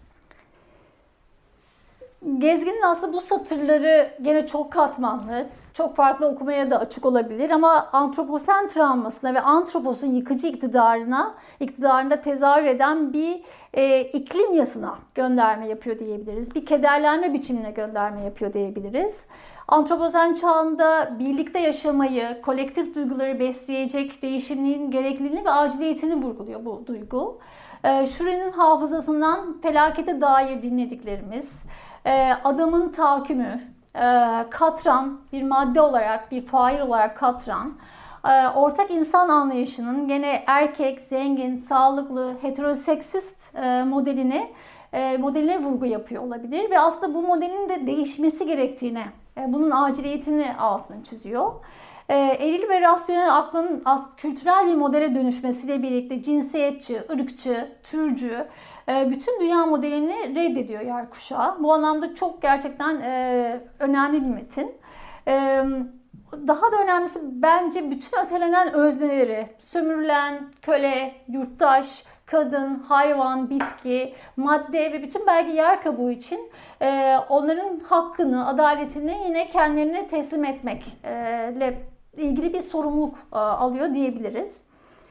Gezgin'in aslında bu satırları gene çok katmanlı, çok farklı okumaya da açık olabilir ama antroposen travmasına ve antroposun yıkıcı iktidarına, iktidarında tezahür eden bir e, iklim yasına gönderme yapıyor diyebiliriz. Bir kederlenme biçimine gönderme yapıyor diyebiliriz. Antroposen çağında birlikte yaşamayı, kolektif duyguları besleyecek değişimliğin gerekliliğini ve aciliyetini vurguluyor bu duygu. E, Shuri'nin hafızasından felakete dair dinlediklerimiz, e, adamın tahakkümü, katran, bir madde olarak, bir fail olarak katran, ortak insan anlayışının gene erkek, zengin, sağlıklı, heteroseksist modeline, modeline vurgu yapıyor olabilir ve aslında bu modelin de değişmesi gerektiğine, bunun aciliyetini altını çiziyor. Eril ve rasyonel aklın kültürel bir modele dönüşmesiyle birlikte cinsiyetçi, ırkçı, türcü, bütün dünya modelini reddediyor yer kuşağı. Bu anlamda çok gerçekten önemli bir metin. Daha da önemlisi bence bütün ötelenen özneleri, sömürülen köle, yurttaş, kadın, hayvan, bitki, madde ve bütün belki yer kabuğu için onların hakkını, adaletini yine kendilerine teslim etmekle ilgili bir sorumluluk alıyor diyebiliriz.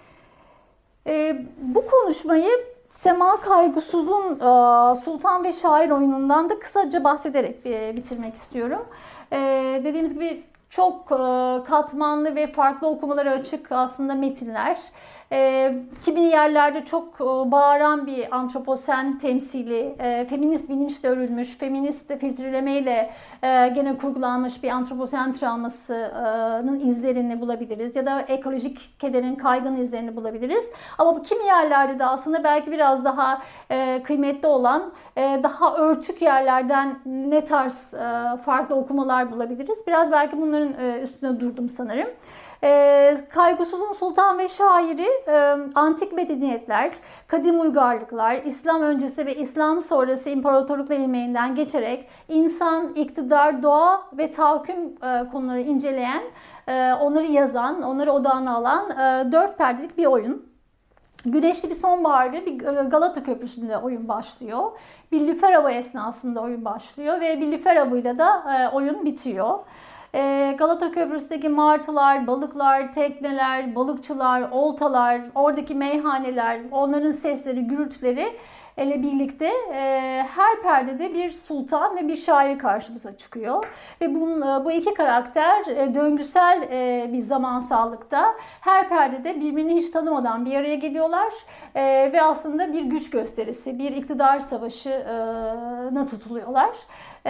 Bu konuşmayı Sema Kaygısız'ın Sultan ve Şair oyunundan da kısaca bahsederek bitirmek istiyorum. Dediğimiz gibi çok katmanlı ve farklı okumalara açık aslında metinler. E, kimi yerlerde çok bağıran bir antroposen temsili, e, feminist bilinçle örülmüş, feminist filtrelemeyle e, gene kurgulanmış bir antroposen travmasının izlerini bulabiliriz. Ya da ekolojik kederin, kaygının izlerini bulabiliriz. Ama bu kimi yerlerde de aslında belki biraz daha e, kıymetli olan, e, daha örtük yerlerden ne tarz e, farklı okumalar bulabiliriz. Biraz belki bunların e, üstüne durdum sanırım. E, Kaygısız'ın Sultan ve Şairi, e, antik medeniyetler, kadim uygarlıklar, İslam öncesi ve İslam sonrası imparatorluklar ilmeğinden geçerek insan, iktidar, doğa ve tahakküm e, konuları inceleyen, e, onları yazan, onları odağına alan e, dört perdelik bir oyun. Güneşli bir sonbaharda bir Galata Köprüsü'nde oyun başlıyor. Bir lüfer avı esnasında oyun başlıyor ve bir lüfer avıyla da e, oyun bitiyor. Galata Köprüsü'ndeki martılar, balıklar, tekneler, balıkçılar, oltalar, oradaki meyhaneler, onların sesleri, gürültüleri ile birlikte her perdede bir sultan ve bir şair karşımıza çıkıyor. Ve bunun, bu iki karakter döngüsel bir zamansallıkta her perdede birbirini hiç tanımadan bir araya geliyorlar ve aslında bir güç gösterisi, bir iktidar savaşına tutuluyorlar. Ee,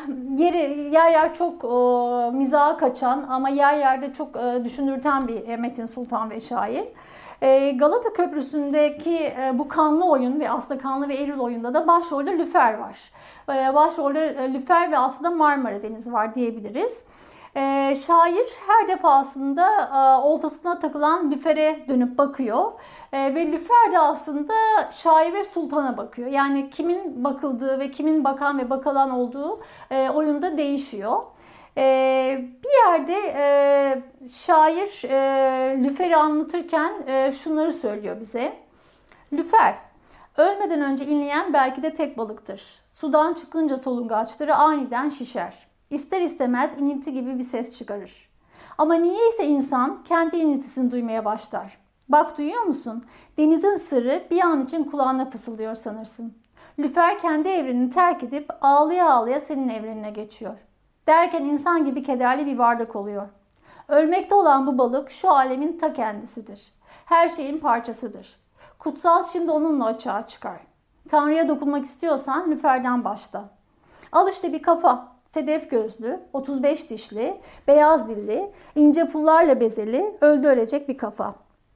yeri, yer yer çok e, mizaha kaçan ama yer yerde çok e, düşündürten bir metin Sultan ve Şair. E, Galata Köprüsü'ndeki e, bu kanlı oyun ve aslında kanlı ve eril oyunda da başrolde lüfer var. E, başrolde e, lüfer ve aslında Marmara Denizi var diyebiliriz. E, şair her defasında e, oltasına takılan lüfere dönüp bakıyor. E, ve lüfer de aslında şair ve sultana bakıyor. Yani kimin bakıldığı ve kimin bakan ve bakılan olduğu e, oyunda değişiyor. E, bir yerde e, şair e, lüferi anlatırken e, şunları söylüyor bize. Lüfer, ölmeden önce inleyen belki de tek balıktır. Sudan çıkınca solungaçları aniden şişer. İster istemez inilti gibi bir ses çıkarır. Ama niyeyse insan kendi iniltisini duymaya başlar. Bak duyuyor musun? Denizin sırrı bir an için kulağına fısıldıyor sanırsın. Lüfer kendi evrenini terk edip ağlaya ağlaya senin evrenine geçiyor. Derken insan gibi kederli bir varlık oluyor. Ölmekte olan bu balık şu alemin ta kendisidir. Her şeyin parçasıdır. Kutsal şimdi onunla açığa çıkar. Tanrı'ya dokunmak istiyorsan lüferden başla. Al işte bir kafa. Sedef gözlü, otuz beş dişli, beyaz dilli, ince pullarla bezeli, öldü ölecek bir kafa.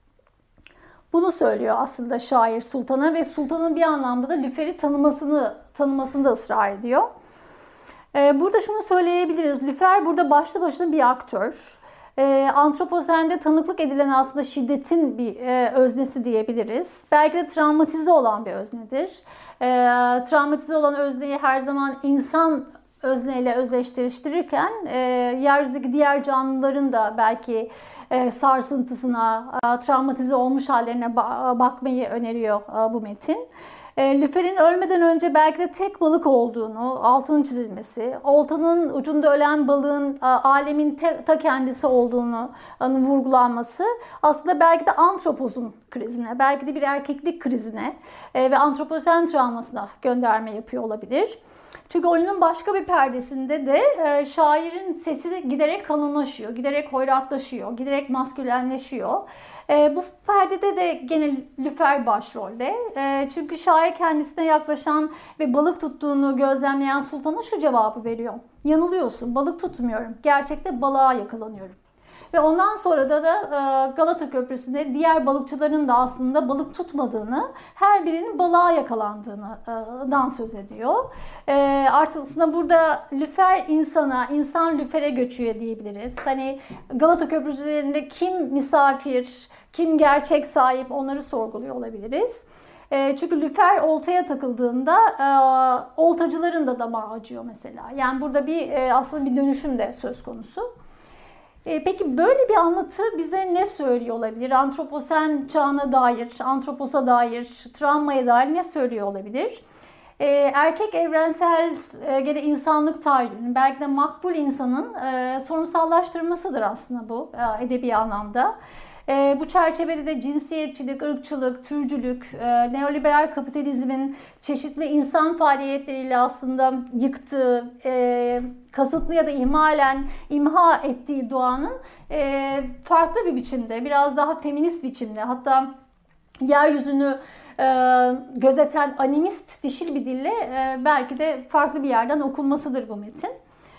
Bunu söylüyor aslında şair sultana ve sultanın bir anlamda da lüferi tanımasını, tanımasında ısrar ediyor. Burada şunu söyleyebiliriz. Lüfer burada başlı başına bir aktör. Antroposende tanıklık edilen aslında şiddetin bir öznesi diyebiliriz. Belki de travmatize olan bir öznedir. Travmatize olan özneyi her zaman insan özneyle özdeşleştirirken e, yeryüzündeki diğer canlıların da belki e, sarsıntısına, e, travmatize olmuş hallerine ba- bakmayı öneriyor e, bu metin. E, lüferin ölmeden önce belki de tek balık olduğunu, altının çizilmesi, oltanın ucunda ölen balığın a, alemin te, ta kendisi olduğunu hani, vurgulanması aslında belki de antropozun krizine, belki de bir erkeklik krizine e, ve antroposen travmasına gönderme yapıyor olabilir. Çünkü oyunun başka bir perdesinde de e, şairin sesi giderek kalınlaşıyor, giderek hoyratlaşıyor, giderek maskülenleşiyor. E, bu perdede de gene Lüfer başrolde. E, çünkü şair kendisine yaklaşan ve balık tuttuğunu gözlemleyen sultana şu cevabı veriyor. Yanılıyorsun, balık tutmuyorum. Gerçekte balığa yakalanıyorum. Ve ondan sonra da, da Galata Köprüsü'nde diğer balıkçıların da aslında balık tutmadığını, her birinin balığa yakalandığından söz ediyor. Artık aslında burada lüfer insana, insan lüfere göçüyor diyebiliriz. Hani Galata Köprüsü üzerinde kim misafir, kim gerçek sahip onları sorguluyor olabiliriz. Çünkü lüfer oltaya takıldığında oltacıların da damağı acıyor mesela. Yani burada bir aslında bir dönüşüm de söz konusu. Peki böyle bir anlatı bize ne söylüyor olabilir? Antroposen çağına dair, antroposa dair, travmaya dair ne söylüyor olabilir? Erkek evrensel gene insanlık tahayyülünün, belki de makbul insanın sorunsallaştırmasıdır aslında bu edebi anlamda. E, bu çerçevede de cinsiyetçilik, ırkçılık, türcülük, e, neoliberal kapitalizmin çeşitli insan faaliyetleriyle aslında yıktığı, e, kasıtlı ya da ihmalen imha ettiği doğanın e, farklı bir biçimde, biraz daha feminist biçimde, hatta yeryüzünü e, gözeten animist dişil bir dille e, belki de farklı bir yerden okunmasıdır bu metin.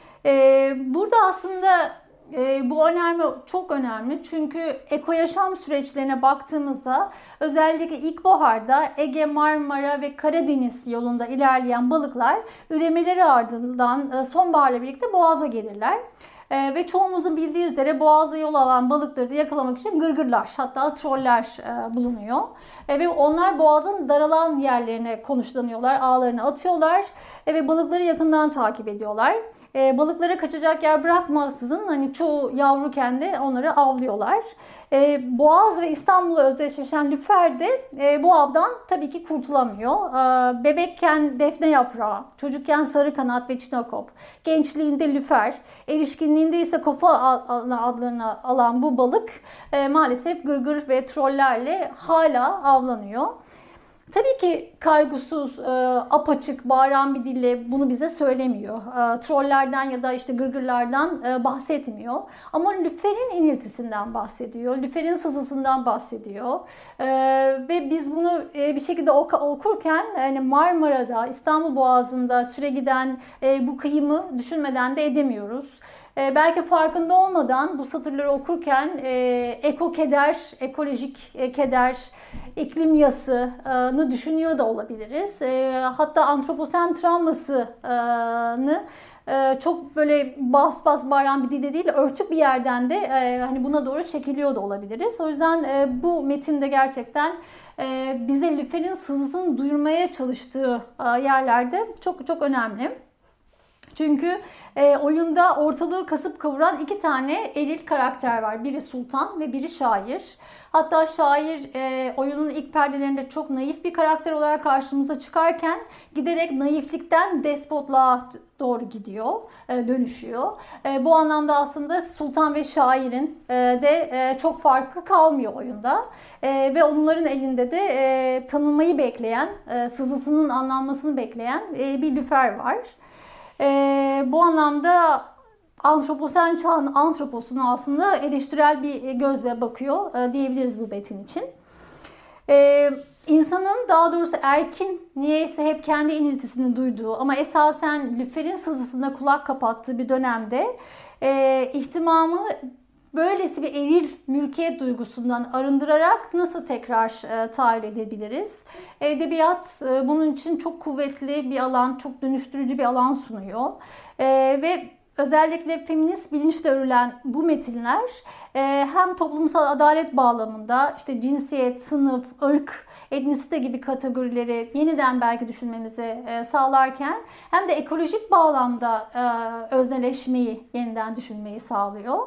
E, burada aslında E, bu önemli, çok önemli çünkü eko yaşam süreçlerine baktığımızda özellikle ilkbaharda Ege, Marmara ve Karadeniz yolunda ilerleyen balıklar üremeleri ardından sonbaharla birlikte boğaza gelirler. E, ve çoğumuzun bildiği üzere boğaza yol alan balıkları da yakalamak için gırgırlar, hatta troller e, bulunuyor. E, ve onlar boğazın daralan yerlerine konuşlanıyorlar, ağlarını atıyorlar e, ve balıkları yakından takip ediyorlar. E, balıklara kaçacak yer bırakmaksızın hani çoğu yavruken de onları avlıyorlar. E, Boğaz ve İstanbul'la özdeşleşen lüfer de e, bu avdan tabii ki kurtulamıyor. E, bebekken defne yaprağı, çocukken sarı kanat ve çinokop, gençliğinde lüfer, erişkinliğinde ise kofa adlarını alan bu balık e, maalesef gırgır ve trollerle hala avlanıyor. Tabii ki kaygısız, e, apaçık, bağıran bir dille bunu bize söylemiyor. E, trollerden ya da işte gırgırlardan e, bahsetmiyor. Ama lüferin iniltisinden bahsediyor, lüferin sızısından bahsediyor. E, ve biz bunu e, bir şekilde okurken yani Marmara'da, İstanbul Boğazı'nda süre giden e, bu kıyımı düşünmeden de edemiyoruz. E, belki farkında olmadan bu satırları okurken e, eko keder, ekolojik e, keder, iklim yasını düşünüyor da olabiliriz. E, hatta antroposen travmasını e, çok böyle bas bas bağıran bir dille değil, örtük bir yerden de e, hani buna doğru çekiliyor da olabiliriz. O yüzden e, bu metinde gerçekten e, bize lüferin sızısını duyurmaya çalıştığı e, yerlerde çok çok önemli. Çünkü e, oyunda ortalığı kasıp kavuran iki tane eril karakter var. Biri sultan ve biri şair. Hatta şair e, oyunun ilk perdelerinde çok naif bir karakter olarak karşımıza çıkarken giderek naiflikten despotluğa doğru gidiyor, e, dönüşüyor. E, bu anlamda aslında sultan ve şairin e, de e, çok farkı kalmıyor oyunda. E, ve onların elinde de e, tanınmayı bekleyen, e, sızısının anlanmasını bekleyen e, bir lüfer var. Ee, bu anlamda antroposen çağın antroposuna aslında eleştirel bir gözle bakıyor e, diyebiliriz bu metin için. Ee, insanın daha doğrusu erkin niyeyse hep kendi iniltisini duyduğu ama esasen lüferin sızısına kulak kapattığı bir dönemde e, ihtimamı böylesi bir eril mülkiyet duygusundan arındırarak nasıl tekrar e, tahayyül edebiliriz? Edebiyat e, bunun için çok kuvvetli bir alan, çok dönüştürücü bir alan sunuyor. E, ve özellikle feminist bilinçle örülen bu metinler e, hem toplumsal adalet bağlamında işte cinsiyet, sınıf, ırk, etnisite gibi kategorileri yeniden belki düşünmemizi e, sağlarken hem de ekolojik bağlamda e, özneleşmeyi yeniden düşünmeyi sağlıyor.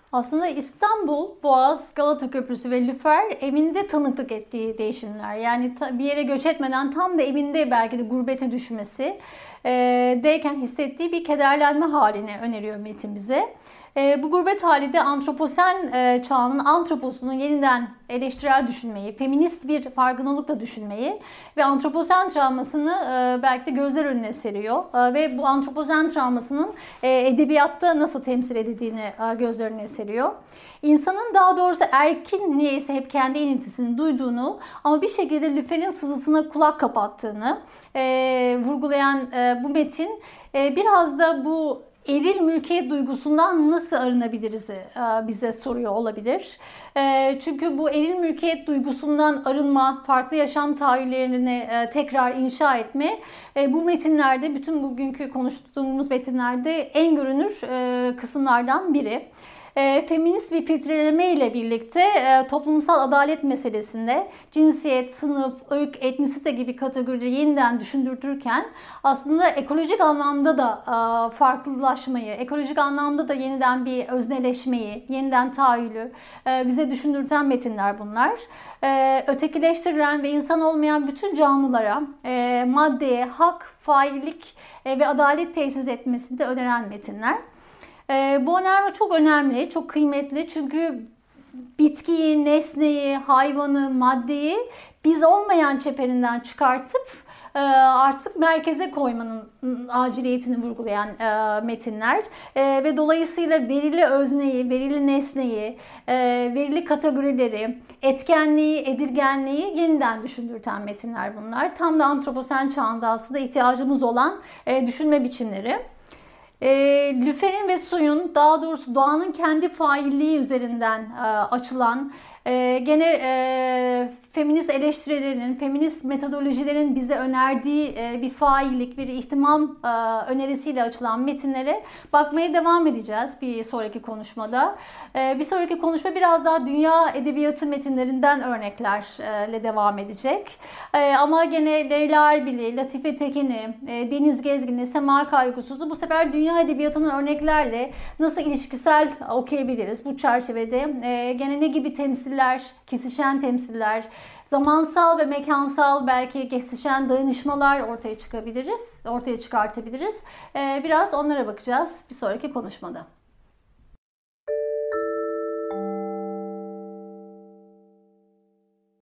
Aslında İstanbul, Boğaz, Galata Köprüsü ve Lüfer evinde tanıklık ettiği değişimler. Yani bir yere göç etmeden tam da evinde belki de gurbete düşmesi e, deyken hissettiği bir kederlenme halini öneriyor metin bize. E, bu gurbet hali de antroposen e, çağının antroposunu yeniden eleştirel düşünmeyi, feminist bir farkındalıkla düşünmeyi ve antroposen travmasını e, belki de gözler önüne seriyor. E, ve bu antroposen travmasının e, edebiyatta nasıl temsil edildiğini e, gözler önüne seriyor. İnsanın, daha doğrusu erkin niyeyse hep kendi iniltisini duyduğunu ama bir şekilde Lüfer'in sızısına kulak kapattığını e, vurgulayan e, bu metin e, biraz da bu eril mülkiyet duygusundan nasıl arınabiliriz bize soruyor olabilir. Çünkü bu eril mülkiyet duygusundan arınma, farklı yaşam tahayyüllerini tekrar inşa etme bu metinlerde, bütün bugünkü konuştuğumuz metinlerde en görünür kısımlardan biri. E, feminist bir filtreleme ile birlikte e, toplumsal adalet meselesinde cinsiyet, sınıf, ırk, etnisite gibi kategorileri yeniden düşündürtürken aslında ekolojik anlamda da e, farklılaşmayı, ekolojik anlamda da yeniden bir özneleşmeyi, yeniden tahayyülü e, bize düşündürten metinler bunlar. E, ötekileştirilen ve insan olmayan bütün canlılara e, maddeye hak, faillik e, ve adalet tesis etmesini de öneren metinler. Bu önerme çok önemli, çok kıymetli çünkü bitkiyi, nesneyi, hayvanı, maddeyi biz olmayan çeperinden çıkartıp artık merkeze koymanın aciliyetini vurgulayan metinler ve dolayısıyla verili özneyi, verili nesneyi, verili kategorileri, etkenliği, edilgenliği yeniden düşündürten metinler bunlar. Tam da antroposen çağında aslında ihtiyacımız olan düşünme biçimleri. E, Lüfer'in ve suyun, daha doğrusu doğanın kendi failliği üzerinden e, açılan e, gene e, feminist eleştirilerinin, feminist metodolojilerin bize önerdiği e, bir faillik, bir ihtimam e, önerisiyle açılan metinlere bakmaya devam edeceğiz bir sonraki konuşmada. E, bir sonraki konuşma biraz daha dünya edebiyatı metinlerinden örneklerle devam edecek. E, ama gene Leyla Erbil'i, Latife Tekin'i, e, Deniz Gezgin'i, Sema Kaygusuz'u bu sefer dünya edebiyatının örneklerle nasıl ilişkisel okuyabiliriz? Bu çerçevede e, gene ne gibi temsiller, kesişen temsiller, zamansal ve mekansal belki kesişen dayanışmalar ortaya çıkabiliriz, ortaya çıkartabiliriz. Biraz onlara bakacağız bir sonraki konuşmada.